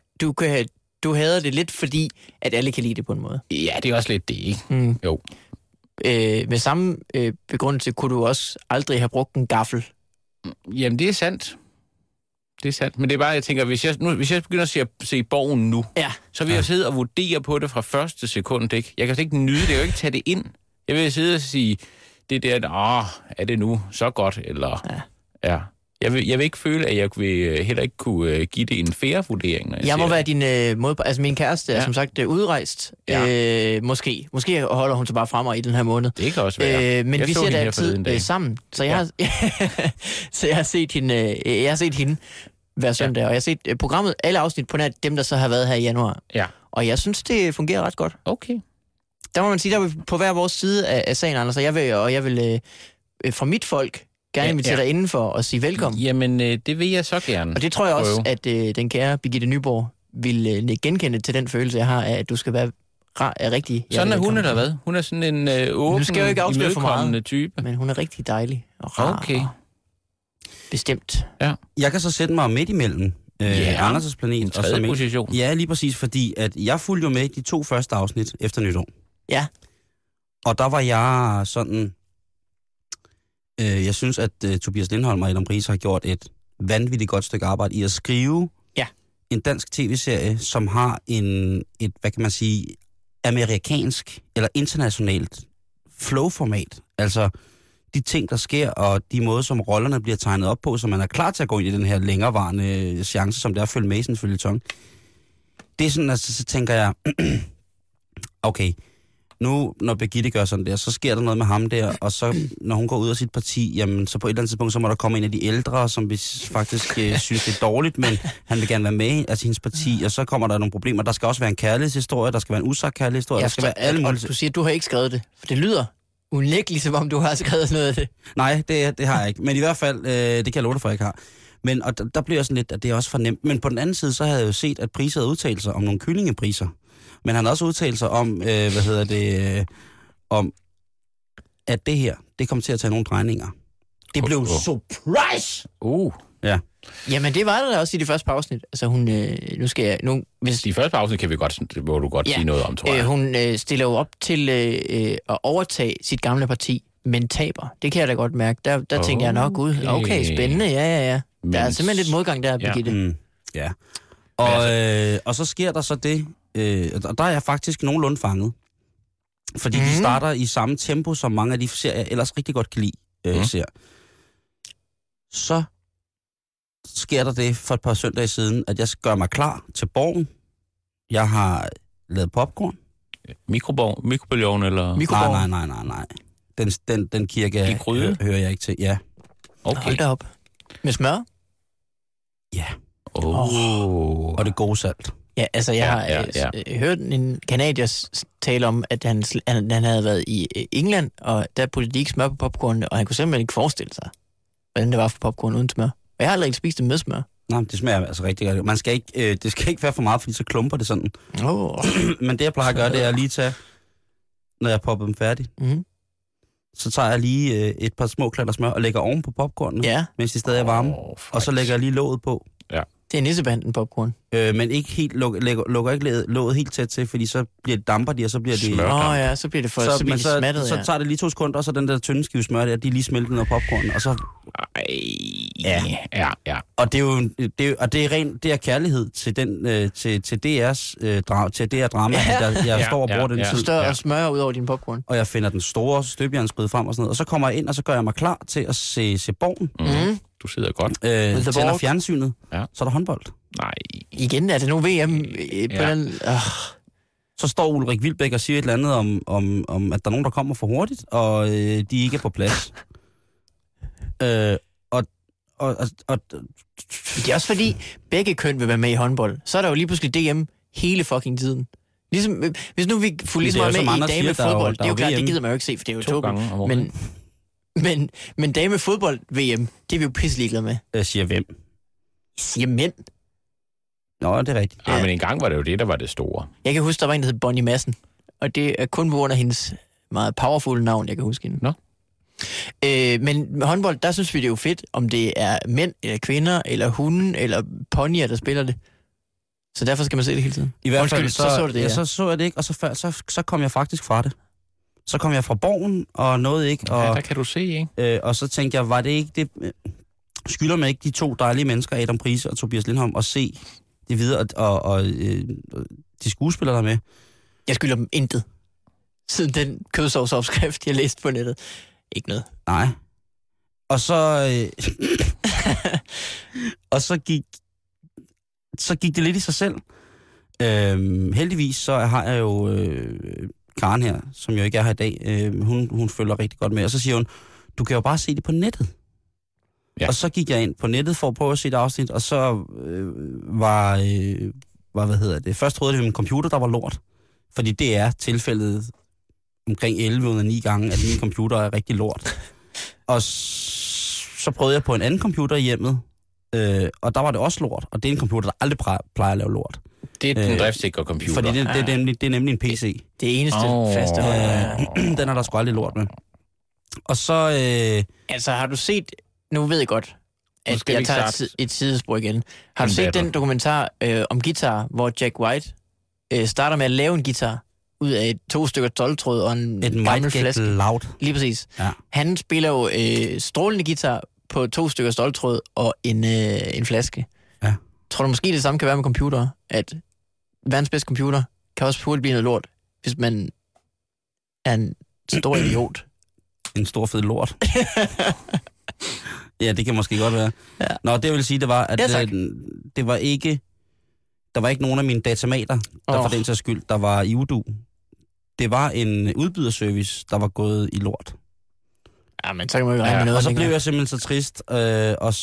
Du hader det lidt, fordi at alle kan lide det på en måde. Ja, det er også lidt det, ikke? Jo. Med samme begrundelse kunne du også aldrig have brugt en gaffel. Jamen, det er sandt. Det er sandt. Men det er bare, jeg tænker, hvis jeg begynder at se Borgen nu, så vil jeg sidde og vurdere på det fra første sekund, ikke? Jeg kan ikke nyde det, jeg kan ikke tage det ind. Jeg vil sidde og sige, det der, er det nu så godt, eller... Ja. Jeg vil ikke føle, at jeg vil heller ikke kunne give det en fair vurdering. Jeg må være din modpart. Altså, min kæreste er som sagt udrejst. Ja. Måske holder hun sig bare fremme i den her måned. Det kan også være. Men vi ser det altid sammen. Så jeg har set hende hver søndag, og jeg har set programmet, alle afsnit på nær dem, der så har været her i januar. Ja. Og jeg synes, det fungerer ret godt. Okay. Der må man sige, der er vi på hver vores side af sagen, Anders, og jeg vil fra mit folk gerne invitere dig indenfor og sige velkommen. Jamen, det vil jeg så gerne. Og det tror jeg også, at den kære Birgitte Nyborg vil genkende til den følelse, jeg har af, at du skal være rigtig... Sådan er hun, eller hvad? Hun er sådan en åben, imødekommende type. Men hun er rigtig dejlig og rar. Okay. Bestemt. Ja. Jeg kan så sætte mig midt imellem Anders' planet. En tredje position. Ja, lige præcis, fordi at jeg fulgte jo med de 2 første afsnit efter nytår. Ja. Og der var jeg sådan... jeg synes, at Tobias Lindholm og Adam Riis har gjort et vanvittigt godt stykke arbejde i at skrive en dansk tv-serie, som har et, hvad kan man sige, amerikansk eller internationalt flow-format. Altså de ting, der sker, og de måder, som rollerne bliver tegnet op på, så man er klar til at gå ind i den her længerevarende seance, som det er at følge med i sådan en føljeton. Det er sådan, at så tænker jeg, okay, nu når Birgitte gør sådan der, så sker der noget med ham der, og så når hun går ud af sit parti, jamen så på et eller andet tidspunkt, så må der komme en af de ældre, som vi faktisk synes det er dårligt, men han vil gerne være med af hendes parti, og så kommer der nogle problemer. Der skal også være en kærlighedshistorie, der skal være en usagt kærlighedshistorie, der skal være alle mulige... Du siger, at du har ikke skrevet det, for det lyder unægteligt, som om du har skrevet noget af det. Nej, det har jeg ikke, men i hvert fald, det kan jeg love dig for, jeg ikke har. Men og der bliver jeg sådan lidt, at det er også for nemt. Men på den anden side, så havde jeg jo set, at priser havde udtalt sig om nogle kyllingepriser. Men han har også udtalt sig om, om, at det her, det kommer til at tage nogle drejninger. Det blev surprise! Ja. Jamen, det var der også i de første afsnit. Altså, hun, nu skal jeg... Hvis de første afsnit kan vi godt, det må du godt sige noget om, tror jeg. Hun stiller jo op til at overtage sit gamle parti, men taber. Det kan jeg da godt mærke. Der tænker jeg nok, gud, okay, spændende, ja. Der er simpelthen lidt modgang der, Birgitte. Ja. Og så sker der så det, og der er jeg faktisk nogenlunde fanget. Fordi de starter i samme tempo, som mange af de serier, jeg ellers rigtig godt kan lide ser. Så sker der det for et par søndage siden, at jeg gør mig klar til Borgen. Jeg har lavet popcorn. Mikrobølgeovn eller... Nej. Den kirke hører jeg ikke til, ja. Okay. Hold da op. Med smør? Ja. Og det gode salt. Ja, altså jeg har hørt en kanadier tale om, at han havde været i England, og der puttede de ikke smør på popcorn, og han kunne simpelthen ikke forestille sig, hvordan det var for popcorn uden smør. Og jeg har aldrig spist det med smør. Nej, det smager altså rigtig godt. Man skal ikke, det skal ikke være for meget, fordi så klumper det sådan. Men det jeg plejer at gøre, det er at lige tage, når jeg popper dem færdigt. Så tager jeg lige et par små klatter smør og lægger oven på popcornene, mens de stadig er varme. Og så lægger jeg lige låget på. Ja. Det er nissebanden popcorn. Men ikke helt, lukker ikke låget helt tæt til, fordi så bliver det damper de, og så bliver det... ja, så bliver det smattet, så tager det lige 2 sekunder, og så den der tynde skive smør der, de lige smelter ned af popcorn, og så... Ja. Og det er jo, og det er rent, det er kærlighed til den, til DR drama, jeg står og bruger den tid. Større smør ud over din popcorn. Og jeg finder den store støbjernsgryde frem og sådan noget, og så kommer jeg ind, og så gør jeg mig klar til at se Borgen. Du sidder godt. Tænder fjernsynet, så er der håndbold. Nej. Igen, er det nu VM på den... Så står Ulrik Wilbæk og siger et eller andet om at der er nogen, der kommer for hurtigt, og de ikke er på plads. Og det er også fordi, begge køn vil være med i håndbold. Så er der jo lige pludselig DM hele fucking tiden. Ligesom, hvis nu vi fulgte lige så meget med i damefodbold, det er jo klart, det gider man jo ikke se, for det er jo 2 gange. Men damefodbold-VM, det er vi jo pisselig glade med. Jeg siger hvem? Siger mænd. Nå, det er rigtigt. Ja, men engang var det jo det, der var det store. Jeg kan huske, der var en, der hed Bonnie Madsen. Og det er kun på grund af hendes meget powerful navn, jeg kan huske hende. Nå. Men med håndbold, der synes vi, det er jo fedt, om det er mænd, eller kvinder, eller hunden, eller ponyer, der spiller det. Så derfor skal man se det hele tiden. I hvert fald, så så jeg det ikke, og så kom jeg faktisk fra det. Så kom jeg fra Borgen, og nåede ikke. Og, der kan du se, ikke? Og så tænkte jeg, var det ikke det... Skylder mig ikke de 2 dejlige mennesker, Adam Price og Tobias Lindholm, at se det videre, og de skuespillere, der er med? Jeg skylder dem intet. Siden den kødsovsopskrift, jeg læste på nettet. Ikke noget. Nej. Og så... og så gik det lidt i sig selv. Heldigvis så har jeg jo Karen her, som jo ikke er her i dag. Hun følger rigtig godt med. Og så siger hun, du kan jo bare se det på nettet. Ja. Og så gik jeg ind på nettet for at prøve at se et afsnit, og så først troede jeg, det var min computer, der var lort. Fordi det er tilfældet omkring 11 ud af 9 gange, at min computer er rigtig lort. Og så prøvede jeg på en anden computer i hjemmet, og der var det også lort. Og det er en computer, der aldrig plejer at lave lort. Det er den driftsikre computer. Fordi det er nemlig en PC. Det eneste faste hold. Den er der sgu aldrig lort med. Og så... Altså, har du set... Nu ved jeg godt, at jeg tager et sidespor igen. Har du set den dokumentar om guitar, hvor Jack White starter med at lave en guitar ud af 2 stykker 12-tråd og en gammel flaske? Loud. Lige præcis. Ja. Han spiller jo strålende guitar på 2 stykker ståltråd og en flaske. Ja. Tror du måske det samme kan være med computere? At verdens bedste computer kan også hurtigt blive noget lort, hvis man er en stor idiot. En stor fed lort. Ja, det kan måske godt være. Ja. Nå, det vil sige, det var, at det var ikke... Der var ikke nogen af mine datamater, der for den sags skyld, der var i Udo. Det var en udbyderservice, der var gået i lort. Ja, men så kan man jo regne med noget. Og så blev jeg simpelthen så trist, og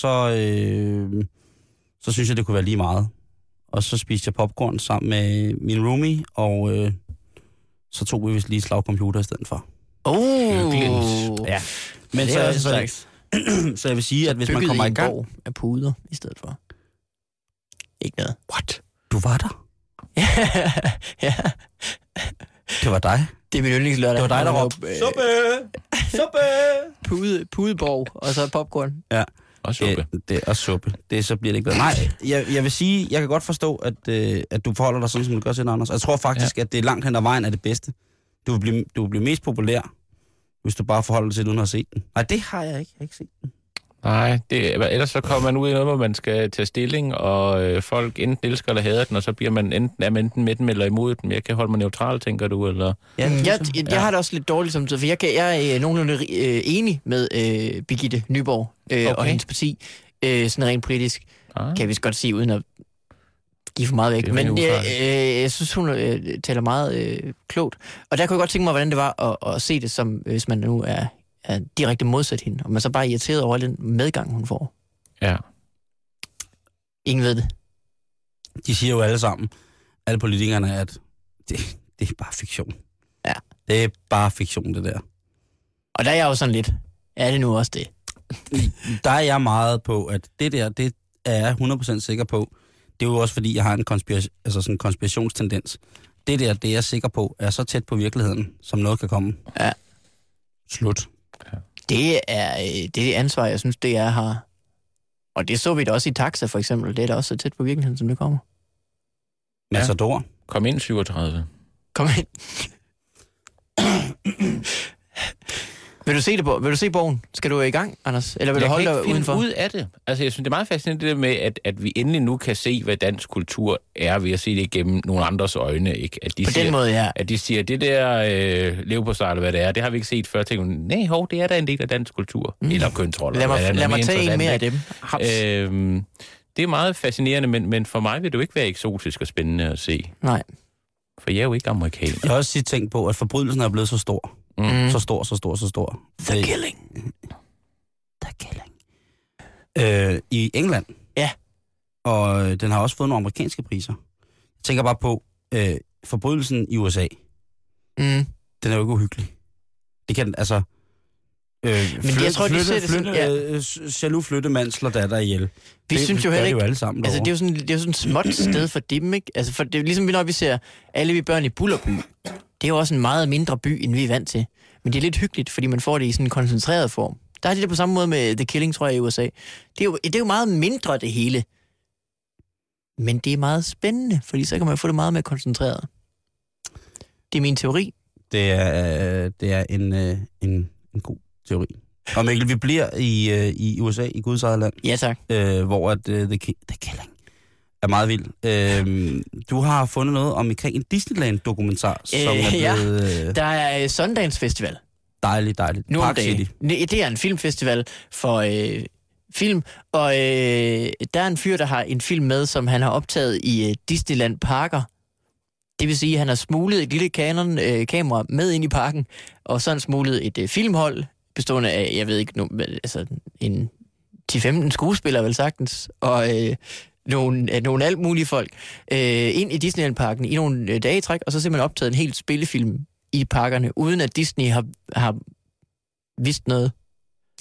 så synes jeg, det kunne være lige meget. Og så spiste jeg popcorn sammen med min roomie, og så tog vi vist lige slagcomputer i stedet for. Ja. Men så jeg vil sige, at hvis man kommer i gang... af puder i stedet for. Ikke noget. What? Du var der? Ja. Det var dig? Det er min yndlingslørdag. Det var dig, der råbte, suppe! Pudeborg, og så popcorn. Ja. Og suppe. Og suppe. Så bliver det ikke bedre. Nej, jeg vil sige, jeg kan godt forstå, at du forholder dig sådan, som du gør til Anders. Og jeg tror faktisk, at det er langt hen ad vejen er det bedste. Du vil blive mest populær, hvis du bare forholder dig til, uden at have set den. Nej, det har jeg ikke. Jeg har ikke set den. Nej, ellers så kommer man ud i noget, hvor man skal tage stilling, og folk enten elsker eller hader den, og så bliver man enten med den eller imod den. Jeg kan holde mig neutral, tænker du, eller? Ja, jeg har det også lidt dårligt samtidig, for jeg er nogenlunde enig med Birgitte Nyborg og hendes parti, sådan rent politisk, kan vi godt sige, uden at give for meget væk. Men jeg synes, hun taler meget klogt. Og der kunne jeg godt tænke mig, hvordan det var at se det, som hvis man nu er direkte modsat hende, og man så bare er irriteret over den medgang, hun får. Ja. Ingen ved det. De siger jo alle sammen, alle politikerne, at det er bare fiktion. Ja. Det er bare fiktion, det der. Og der er jeg jo sådan lidt, er det nu også det? Der er jeg meget på, at det der, det er jeg 100% sikker på. Det er jo også fordi, jeg har en konspirationstendens. Det der, det er jeg sikker på, er så tæt på virkeligheden, som noget kan komme. Ja. Slut. Ja. Det er det ansvar, jeg synes, det er her. Og det så vi da også i Taxa, for eksempel. Det er da også så tæt på virkeligheden, som det kommer. Matador. Kom ind 37. Kom ind. Vil du se bogen? Skal du i gang, Anders? Eller vil du holde dig udenfor? Jeg kan ikke finde ud af det. Altså, jeg synes, det er meget fascinerende det der med, at vi endelig nu kan se, hvad dansk kultur er, ved at se det igennem nogle andres øjne. Ikke? At de på siger, den måde, ja. At de siger, det der leverpostej, eller hvad det er, det har vi ikke set før. Tænker nej, det er da en del af dansk kultur. Eller kønsroller. Lad mig tage en mere af dem. Det er meget fascinerende, men for mig vil det jo ikke være eksotisk og spændende at se. Nej. For jeg er jo ikke amerikaner. Jeg har også tænkt på, at forbrydelsen er blevet så stor. Så stor. The Killing. I England. Ja. Og den har også fået nogle amerikanske priser. Jeg tænker bare på forbrydelsen i USA. Den er jo ikke uhyggelig. Det kan altså... men jeg tror, de ser det sådan... Jaloux flyttemand slår datter ihjel. Vi synes jo heller ikke... Jo alle sammen altså, det er jo sådan et småt sted for dem, ikke? Altså, for det er ligesom, når vi ser alle vi børn i Bullerby. Det er jo også en meget mindre by, end vi er vant til. Men det er lidt hyggeligt, fordi man får det i sådan en koncentreret form. Der er det på samme måde med The Killing, tror jeg, i USA. Det er jo meget mindre, det hele. Men det er meget spændende, fordi så kan man få det meget mere koncentreret. Det er min teori. Det er en god teori. Og Mikkel, vi bliver i USA, i Guds eget land. Ja, tak. Hvor at The Killing er meget vild. Du har fundet noget om en Disneyland-dokumentar, som er blevet... Der er Sundance Festival. Dejligt. Park City. Det er en filmfestival for film, og der er en fyr, der har en film med, som han har optaget i Disneyland Parker. Det vil sige, at han har smuglet et lille Canon-kamera med ind i parken, og så har han smuglet et filmhold, bestående af, jeg ved ikke, en 10-15 skuespillere vel sagtens, og nogle alt mulige folk, ind i Disneyland-parken i nogle dage i træk, og så simpelthen optaget en helt spillefilm i parkerne, uden at Disney har vidst noget.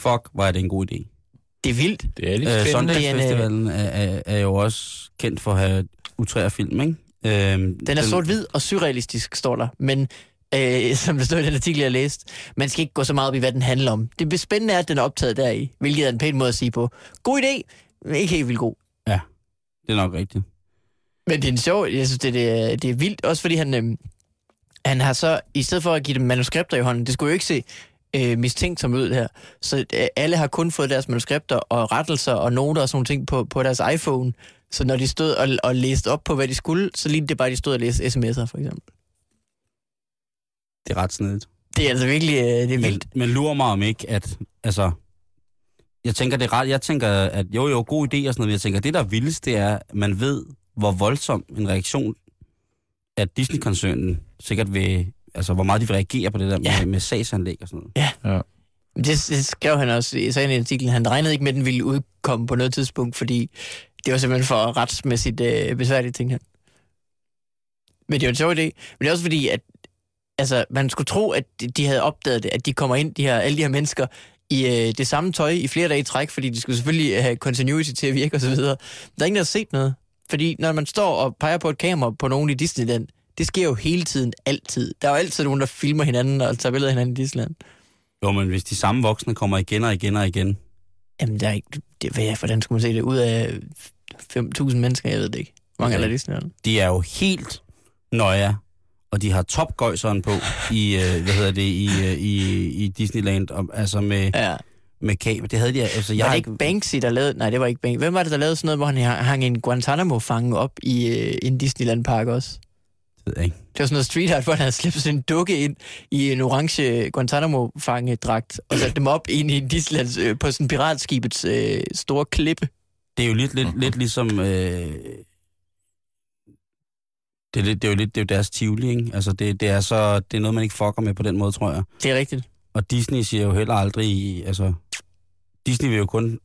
Fuck, hvor er det en god idé. Det er vildt. Det er lidt spændende. Sundhedsfestivalen er jo også kendt for at have utræer film, ikke? Den er sort-hvid og surrealistisk, står der. Men som der står i den artikel, jeg har læst, man skal ikke gå så meget op i, hvad den handler om. Det spændende er, at den er optaget deri, hvilket er en pæn måde at sige på. God idé, men ikke helt vildt god. Ja, det er nok rigtigt. Men det er en sjov, jeg synes, det er vildt, også fordi han har så, i stedet for at give dem manuskripter i hånden, det skulle jo ikke se mistænkt som ud her, så alle har kun fået deres manuskripter og rettelser og noter og sådan nogle ting på deres iPhone, så når de stod og læste op på, hvad de skulle, så lignede det bare, de stod og læste sms'er, for eksempel. Det er ret snedigt. Det er altså virkelig, det er vildt. Men lurer mig om ikke, at, altså, jeg tænker, det er ret, jeg tænker, at jo, god idé og sådan noget, men jeg tænker, det der er vildest, det er, at man ved, hvor voldsom en reaktion, at Disney-koncernen sikkert vil, altså, hvor meget de vil reagere på det der med sagsanlæg og sådan noget. Ja. Det skrev han også i sådan en artikel. Han regnede ikke med, at den ville udkomme på noget tidspunkt, fordi det var simpelthen for retsmæssigt besværligt, tænkte han. Men det er jo en sjov idé. Men det er også fordi, at altså, man skulle tro, at de havde opdaget det, at de kommer ind, alle de her mennesker, i det samme tøj i flere dage i træk, fordi de skulle selvfølgelig have continuity til at virke osv. Der er ingen, der har set noget. Fordi når man står og peger på et kamera på nogen i Disneyland, det sker jo hele tiden, altid. Der er jo altid nogen, der filmer hinanden og tager billeder af hinanden i Disneyland. Jo, men hvis de samme voksne kommer igen og igen og igen... Jamen, der er ikke... hvordan skulle man se det? Ud af 5.000 mennesker, jeg ved det ikke. Mange af Disneyland. De er jo helt nøje, og de har topgøjseren på i, i Disneyland, altså med kamera. Det havde de, altså, var det ikke Banksy, der lavede... Nej, det var ikke Banksy. Hvem var det, der lavede sådan noget, hvor han hang en Guantanamo-fange op i en Disneyland-park også? Det ved jeg ikke. Det var sådan noget street art, hvor han havde slæbt sådan en dukke ind i en orange Guantanamo-fangedragt, og sat dem op ind i Disneyland på sådan piratskibets store klippe. Det er jo lidt ligesom... Det er jo deres Tivoli, ikke? Altså, det er noget, man ikke fucker med på den måde, tror jeg. Det er rigtigt. Og Disney siger jo heller aldrig... Altså, Disney vil jo kun...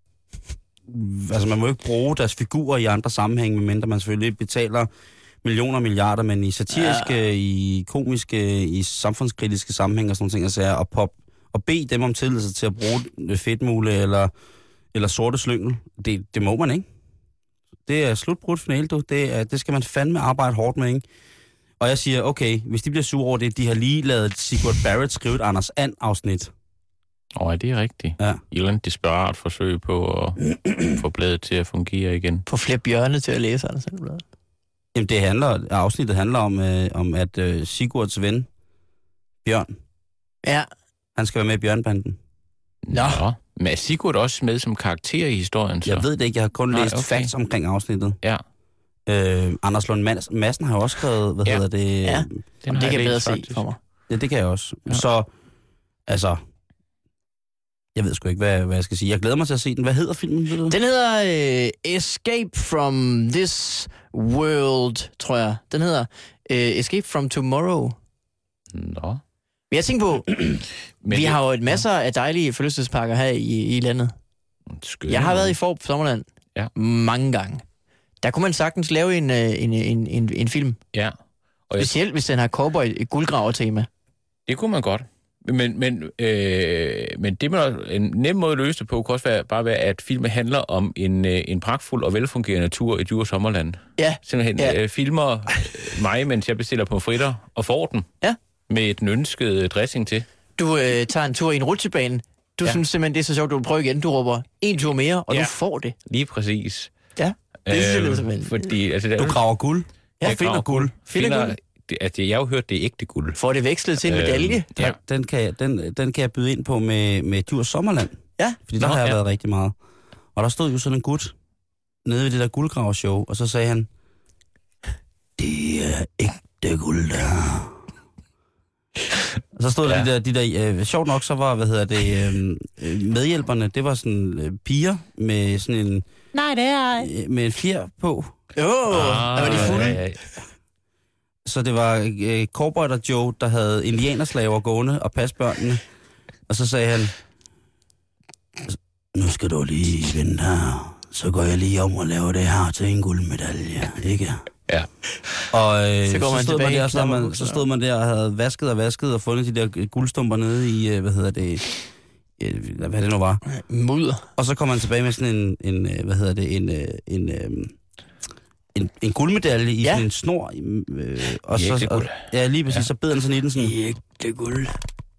Altså, man må jo ikke bruge deres figurer i andre sammenhænge, medmindre man selvfølgelig betaler millioner og milliarder, men i satiriske, i komiske, i samfundskritiske sammenhæng og sådan nogle ting, og bede dem om tilladelse til at bruge fedtmule eller sorte slyngel. Det må man ikke. Det er slutbrudt finale, du. Det skal man fandme arbejde hårdt med, ikke? Og jeg siger, okay, hvis de bliver sure over det, de har lige lavet Sigurd Barrett skrive et Anders And-afsnit. Det er rigtigt. Ja. Et eller andet desperat forsøg på at få bladet til at fungere igen. Få flere bjørne til at læse Anders And-bladet. Jamen, afsnittet handler om at Sigurds ven, Bjørn, han skal være med i Bjørnbanden. Nå. Men er Sigurd også med som karakter i historien? Så? Jeg ved det ikke, jeg har kun læst facts omkring afsnittet. Ja. Anders Lund Madsen har jo også skrevet, hedder det? Ja, det kan jeg bedre se for mig. Ja, det kan jeg også. Ja. Så, altså, jeg ved sgu ikke, hvad jeg skal sige. Jeg glæder mig til at se den. Hvad hedder filmen? Ved du? Den hedder Escape from This World, tror jeg. Den hedder Escape from Tomorrow. Nå. Men jeg tænker på, vi har jo et masser af dejlige forlystelsesparker her i landet. Skøn. Jeg har været i Fårup Sommerland mange gange. Der kunne man sagtens lave en film. Ja. Og specielt hvis den har cowboy-guldgraver-tema. Det kunne man godt. Men det med en nem måde at løse det på, kan også bare være, at filmen handler om en pragtfuld og velfungerende tur i Djurs Sommerland. Ja. Simpelthen filmer mig, mens jeg bestiller pomfritter og får den. Ja. Med den ønskede dressing til. Du tager en tur i en rutsjebane. Du synes simpelthen, det er så sjovt, du vil prøve igen. Du råber en tur mere, og du får det. Lige præcis. Ja, det synes jeg simpelthen. Fordi, altså, du graver guld. Ja, jeg finder guld. Jeg har jo hørt, det er ægte guld. Får det vekslet til en medalje? Ja. Den kan jeg byde ind på med Djurs Sommerland. Ja. Fordi der har jeg været rigtig meget. Og der stod jo sådan en gut nede ved det der guldgravershow, og så sagde han, det er ægte guld der. Og så stod der de der sjovt nok, så var, medhjælperne, det var sådan piger med sådan en... Nej, det er med en fjer på. Der var de fulde. Ja. Så det var Cowboy Joe, der havde indianerslaver gående og passe børnene. Og så sagde han, nu skal du lige vente her, så går jeg lige om og laver det her til en guldmedalje, ikke? Ja. Og så stod man der og havde vasket og fundet de der guldstumper nede i, hvad det nu var. Mudder. Og så kom han tilbage med sådan en guldmedalje i sådan en snor. Og så, ja, lige præcis, så bed han sådan i den sådan. Ægte guld.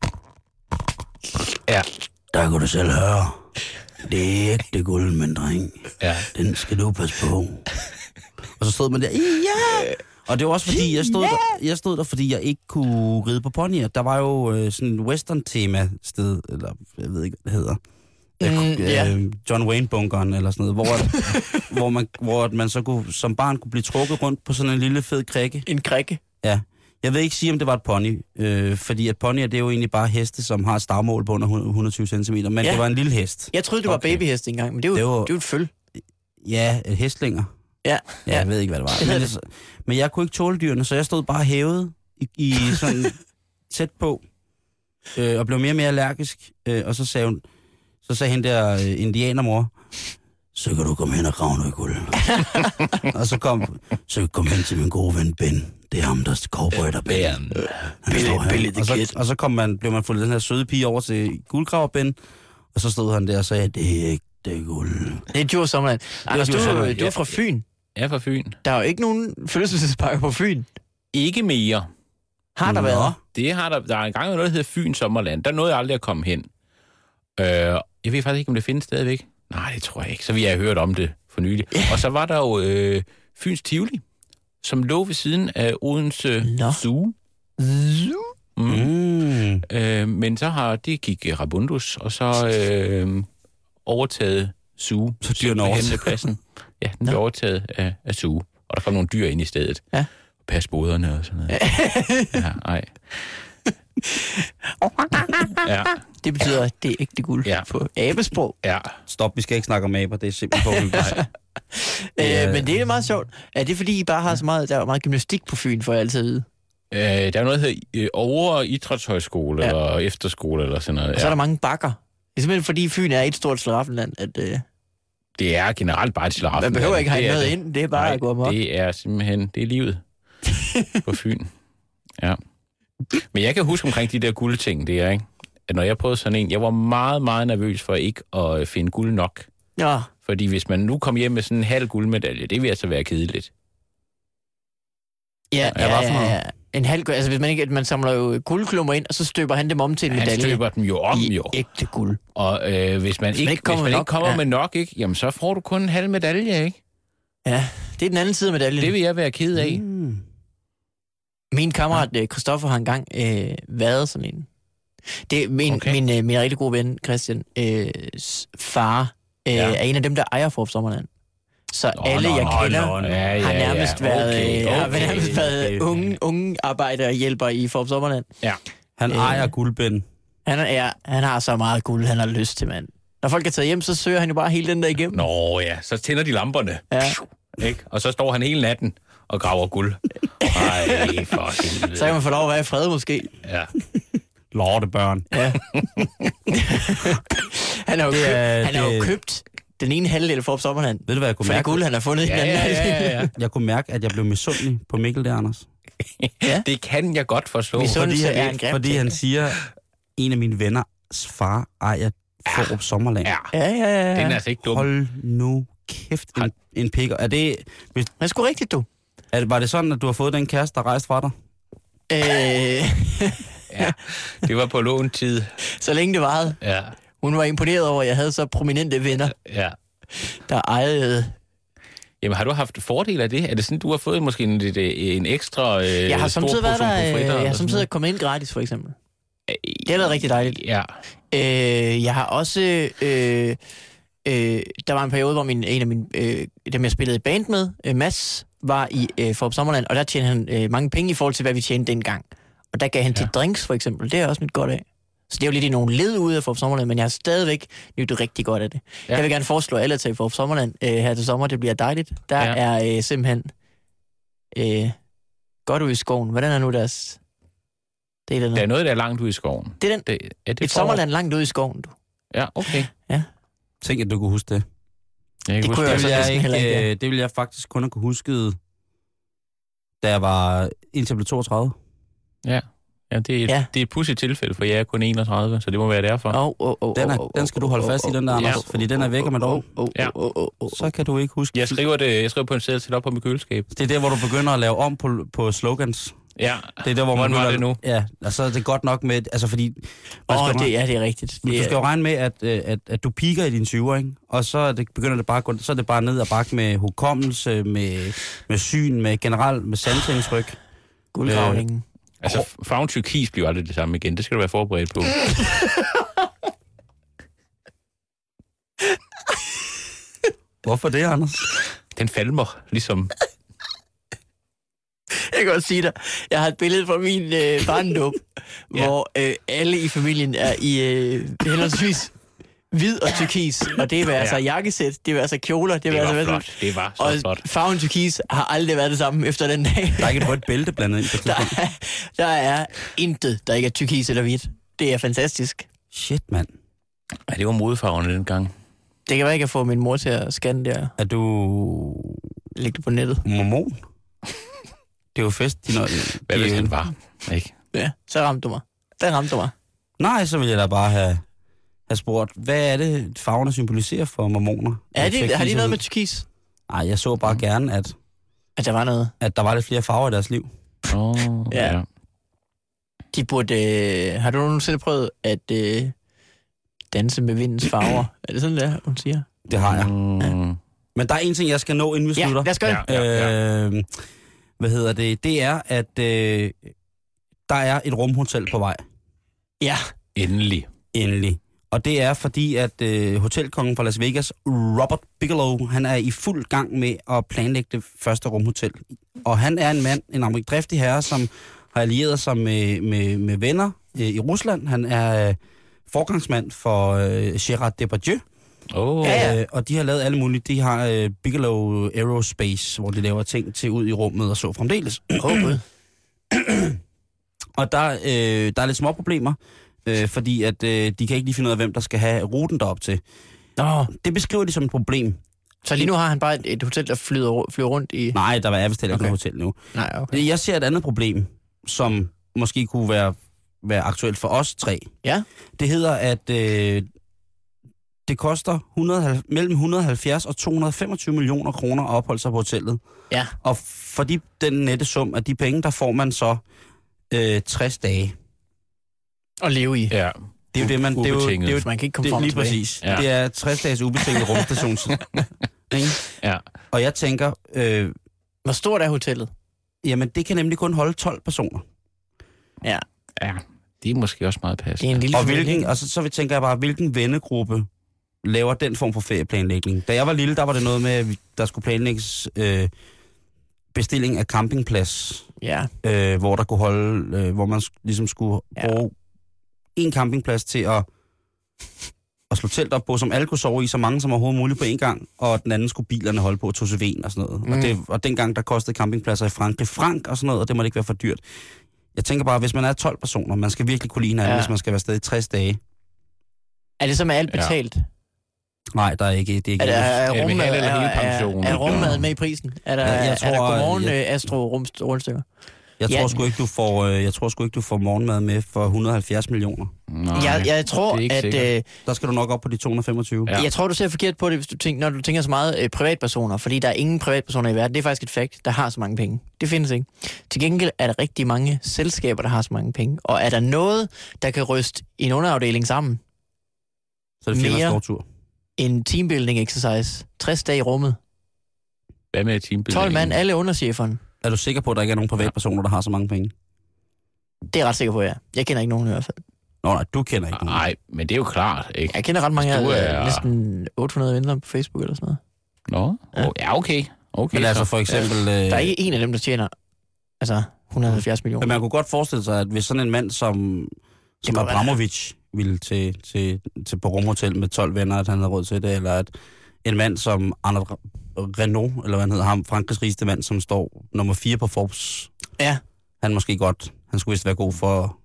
Ja. Der kunne du selv høre. Det er ægte guld, men dreng. Ja. Den skal du passe på. Og så stod man der, ja! Og det var også fordi, jeg stod der, fordi jeg ikke kunne ride på ponyer. Der var jo sådan en western-tema sted, eller jeg ved ikke, hvad det hedder. John Wayne-bunkeren eller sådan noget, hvor man så kunne, som barn kunne blive trukket rundt på sådan en lille fed krikke. En krikke? Ja. Jeg vil ikke sige, om det var et pony, fordi at ponyer, det er jo egentlig bare heste, som har et stavmål på under 120 cm, men det var en lille hest. Jeg troede, det var babyhest engang, men det er jo et føl. Ja, et hestlinger. Ja. Jeg ved ikke, hvad det var. Men jeg kunne ikke tåle dyrene, så jeg stod bare hævet i sådan tæt på, og blev mere og mere allergisk. Og så sagde hende der indianermor, så kan du komme hen og grave noget guld. Og så kom hen til min gode ven Ben. Det er ham, der cowboyder Ben. Og så blev man fuldt den her søde pige over til guldgraver Ben, og så stod han der og sagde, det er ægte guld. Det er Djurs Sommerland. Anders, du er fra Fyn. Jeg er fra Fyn. Der er jo ikke nogen fødselsdagsparker på Fyn. Ikke mere. Har der været? Det har der. Der er engang noget, der hedder Fyn Sommerland. Der nåede jeg aldrig at komme hen. Jeg ved faktisk ikke, om det findes stadigvæk. Nej, det tror jeg ikke. Så vi har hørt om det for nylig. Yeah. Og så var der jo Fyns Tivoli, som lå ved siden af Odense Zoo. Men så har det gik Rabundus, og så overtaget Zoo. Så dyrene over pladsen. Ja, den blev overtaget af Zoo. Og der kom nogle dyr ind i stedet. Ja. Og pas boderne og sådan noget. Ja, ej. Ja. Det betyder, at det er ægte guld på abesprog. Ja. Stop, vi skal ikke snakke om aber, det er simpelthen for men det er meget sjovt. Er det fordi, I bare har så meget, der er meget gymnastik på Fyn, for jeg altid at vide? Der er noget, der hedder Over Idrætshøjskole eller efterskole eller sådan noget. Og så er der mange bakker. Det er simpelthen fordi Fyn er et stort slaraffenland, at... Det er generelt bare et slaraffenland. Man behøver ikke have noget ind, det er bare at gå amok. Det er simpelthen, det er livet på Fyn. Ja. Men jeg kan huske omkring de der guldting, det er, ikke? At når jeg prøvede sådan en, jeg var meget, meget nervøs for ikke at finde guld nok. Ja. Fordi hvis man nu kom hjem med sådan en halv guldmedalje, det vil altså være kedeligt. Ja. En halv, altså hvis man ikke, man samler jo guldklummer ind, og så støber han dem om til en medalje. Han støber dem jo om, jo. Ægte guld. Og hvis man ikke kommer med nok, ikke, jamen så får du kun en halv medalje, ikke? Ja, det er den anden side af medaljen. Det vil jeg være ked af. Min kammerat Christoffer har engang været sådan en. Det er min rigtig gode ven, Christian, far, er en af dem, der ejer Forop Sommerland. Så alle, jeg kender, har nærmest været unge arbejdere og hjælper i Forop Sommerland. Ja. Han ejer guldbind. Han har så meget guld, han har lyst til, mand. Når folk er taget hjem, så søger han jo bare hele den der igennem. Nå ja, så tænder de lamperne. Ja. Ikke? Og så står han hele natten og graver guld. Ej, for helvede. Så kan man få lov at være i fred, måske. Ja. Lortebørn. Ja. Han har jo købt den ene halvdel for Sommerland. Ved du, hvad jeg kunne mærke? For det guld, han har fundet i den anden halvdel. Jeg kunne mærke, at jeg blev misundelig på Mikkel der, Anders. Ja. Det kan jeg godt forstå. Fordi han siger, en af mine venners far ejer Forop Sommerland. Ja. Den er altså ikke dum. Hold nu kæft, en pikker. Er det... Det er sgu rigtigt, du. Var det sådan, at du har fået den kæreste, der rejste fra dig? Ja, det var på låntid. Så længe det varede. Ja. Hun var imponeret over, at jeg havde så prominente venner, der ejede... Jamen, har du haft fordel af det? Er det sådan, du har fået måske en ekstra jeg har samtidig været der. Jeg har samtidig kommet ind gratis, for eksempel. Det har været rigtig dejligt. Ja. Jeg har også... der var en periode, hvor en af mine... dem, jeg spillede i band med, Mads, var i Forop Sommerland, og der tjente han mange penge i forhold til, hvad vi tjente dengang. Og der gav han til drinks, for eksempel. Det er også nyt godt af. Så det er jo lidt i nogle led ude af Forop Sommerland, men jeg har stadigvæk nyttet rigtig godt af det. Ja. Jeg vil gerne foreslå alle at tage Forop Sommerland her til sommer. Det bliver dejligt. Der er simpelthen godt ude i skoven. Hvordan er nu deres... Det er noget, der er langt ude i skoven. Det er den. Et sommerland langt ude i skoven, du. Ja, okay. Ja. Tænk, at du kunne huske det. Det vil jeg faktisk kun have kunne huske, da jeg var indtil jeg blev 32. Ja. Ja, det er et pudsigt tilfælde, for jeg er kun 31, så det må være derfor. Den skal du holde fast i, den der, Anders, fordi den er væk om et år. Så kan du ikke huske. Jeg skriver på en seddel til op på mit køleskab. Det er der, hvor du begynder at lave om på slogans. Ja, det er der, hvor man var det nu. Ja, altså det er godt nok med, altså fordi... det er rigtigt. Du skal jo regne med, at du piker i din 20'er, ikke? Og så begynder det bare at gå, så er det bare ned og bakke med hukommelse, med syn, med sanseindtryk. Guldgravningen. Altså, farven tyrkis bliver aldrig det samme igen. Det skal du være forberedt på. Hvorfor det, Anders? Den falmer, ligesom... Jeg kan godt sige dig, jeg har et billede fra min barndåb, hvor alle i familien er i henholdsvis hvid og tyrkis, og det vil altså jakkesæt, det vil altså kjoler, det var flot. Det var så flot. Og farven tyrkis har aldrig været det samme efter den dag. Der er ikke et rødt bælte blandet ind på tidspunkt. Der er intet, der ikke er tyrkis eller hvidt. Det er fantastisk. Shit, mand. Ja, det var modefarverne dengang. Det kan være, jeg kan få min mor til at scanne der. Er du... Læg det på nettet. Mormon? Det er jo fest. Hvad hvis han var? Ikke? Ja, så ramte du mig. Nej, så vil jeg da bare have spurgt, hvad er det, farverne symboliserer for mormoner? Har de noget med tyrkis? Nej, jeg så bare gerne, at der var noget. At der var lidt flere farver i deres liv. Ja. De burde... har du nogensinde prøvet at danse med vindens farver? Er det sådan, der, hun siger? Det har jeg. Ja. Men der er en ting, jeg skal nå, inden vi slutter. Ja, lad os gøre det. Hvad hedder det? Det er, at der er et rumhotel på vej. Ja. Endelig. Og det er fordi, at hotelkongen fra Las Vegas, Robert Bigelow, han er i fuld gang med at planlægge det første rumhotel. Og han er en driftig herre, som har allieret sig med venner i Rusland. Han er forgangsmand for Gérard Depardieu. Og de har lavet alle mulige. De har Bigelow Aerospace, hvor de laver ting til ud i rummet og så fremdeles. Og der er lidt små problemer, fordi at de kan ikke lige finde ud af, hvem der skal have ruten derop til. Det beskriver de som et problem. Så lige nu har han bare et hotel, der flyver rundt i... Nej, der er vist heller ikke noget hotel nu. Nej, okay. Jeg ser et andet problem, som måske kunne være aktuelt for os tre. Ja. Det hedder, at det koster mellem 170 og 225 millioner kroner at opholde sig på hotellet. Ja. Og for den nette sum af de penge, der får man så 60 dage. At leve i. Ja. Det er jo det, man... Det er jo, man kan ikke komme frem lige præcis. Ja. Det er 60 dages ubetinget rumstations. Ja. Og jeg tænker... hvor stort er hotellet? Jamen, det kan nemlig kun holde 12 personer. Ja. Det er måske også meget passende. Det er en lille familie. Og så tænker jeg bare, hvilken vennegruppe laver den form for ferieplanlægning? Da jeg var lille, der var det noget med, at der skulle planlægges bestilling af campingplads. Ja. Hvor der kunne holde... hvor man ligesom skulle bruge en campingplads til at slå telt op på, som alle kunne sove i, så mange som overhovedet muligt på en gang, og den anden skulle bilerne holde på, tog ven og sådan noget. Og dengang, der kostede campingpladser i Frankrig frank og sådan noget, og det må ikke være for dyrt. Jeg tænker bare, hvis man er 12 personer, man skal virkelig kunne lide hinanden, hvis man skal være afsted i 60 dage. Er det så med alt betalt? Ja. Nej, der er ikke. Det er ikke. Er rummad med i prisen? Er der godmorgen Astro rundstykker? Jeg tror sgu ikke, du får morgenmad med for 170 millioner. Jeg tror, at... der skal du nok op på de 225. Ja. Jeg tror, du ser forkert på det, når du tænker så meget privatpersoner, fordi der er ingen privatpersoner i verden. Det er faktisk et fakt, der har så mange penge. Det findes ikke. Til gengæld er der rigtig mange selskaber, der har så mange penge. Og er der noget, der kan ryste en underafdeling sammen? Så er det mere en teambuilding exercise. 60 dage i rummet. Hvad med teambuilding? 12 mand, alle undercheferne. Er du sikker på, at der ikke er nogen privatpersoner, der har så mange penge? Det er jeg ret sikker på, ja. Jeg kender ikke nogen i hvert fald. Nej, du kender ikke nogen. Nej, men det er jo klart, ikke? Jeg kender ret mange af næsten 800 venner på Facebook eller sådan noget. Okay. Men altså for eksempel... Der er ikke en af dem, der tjener 170 millioner. Men man kunne godt forestille sig, at hvis sådan en mand som Abramovic ville til på rumhotel med 12 venner, at han havde råd til det, eller at en mand som Arnaud Renault, eller hvad han hedder, ham, Frankrigs rigeste mand, som står nummer 4 på Forbes. Ja. Han skulle vist være god for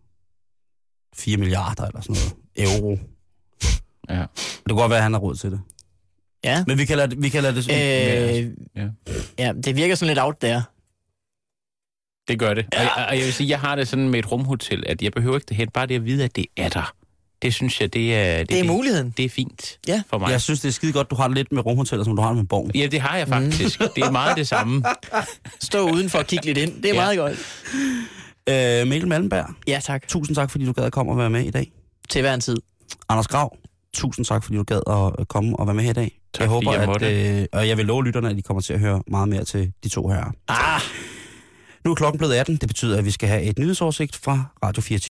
4 milliarder eller sådan noget euro. Ja. Det kunne godt være, at han har råd til det. Ja. Men vi kan lade det ja, det virker sådan lidt out there. Det gør det. Ja. Og jeg vil sige, jeg har det sådan med et rumhotel, at jeg behøver ikke det hen, bare det at vide, at det er der. Det synes jeg, det er muligheden. Det er fint for mig. Jeg synes, det er skide godt, du har det lidt med rumhoteller, som du har det med Borgen. Ja, det har jeg faktisk. Det er meget det samme. Stå udenfor og kigge lidt ind. Det er meget godt. Mikkel Malmberg. Ja, tak. Tusind tak, fordi du gad at komme og være med i dag. Til hver en tid. Anders Grav. Tusind tak, fordi du gad at komme og være med her i dag. Tak, jeg håber, jeg og jeg vil love lytterne, at de kommer til at høre meget mere til de to herrer. Ah! Nu er klokken blevet 18. Det betyder, at vi skal have et nyhedsoversigt fra Radio 24.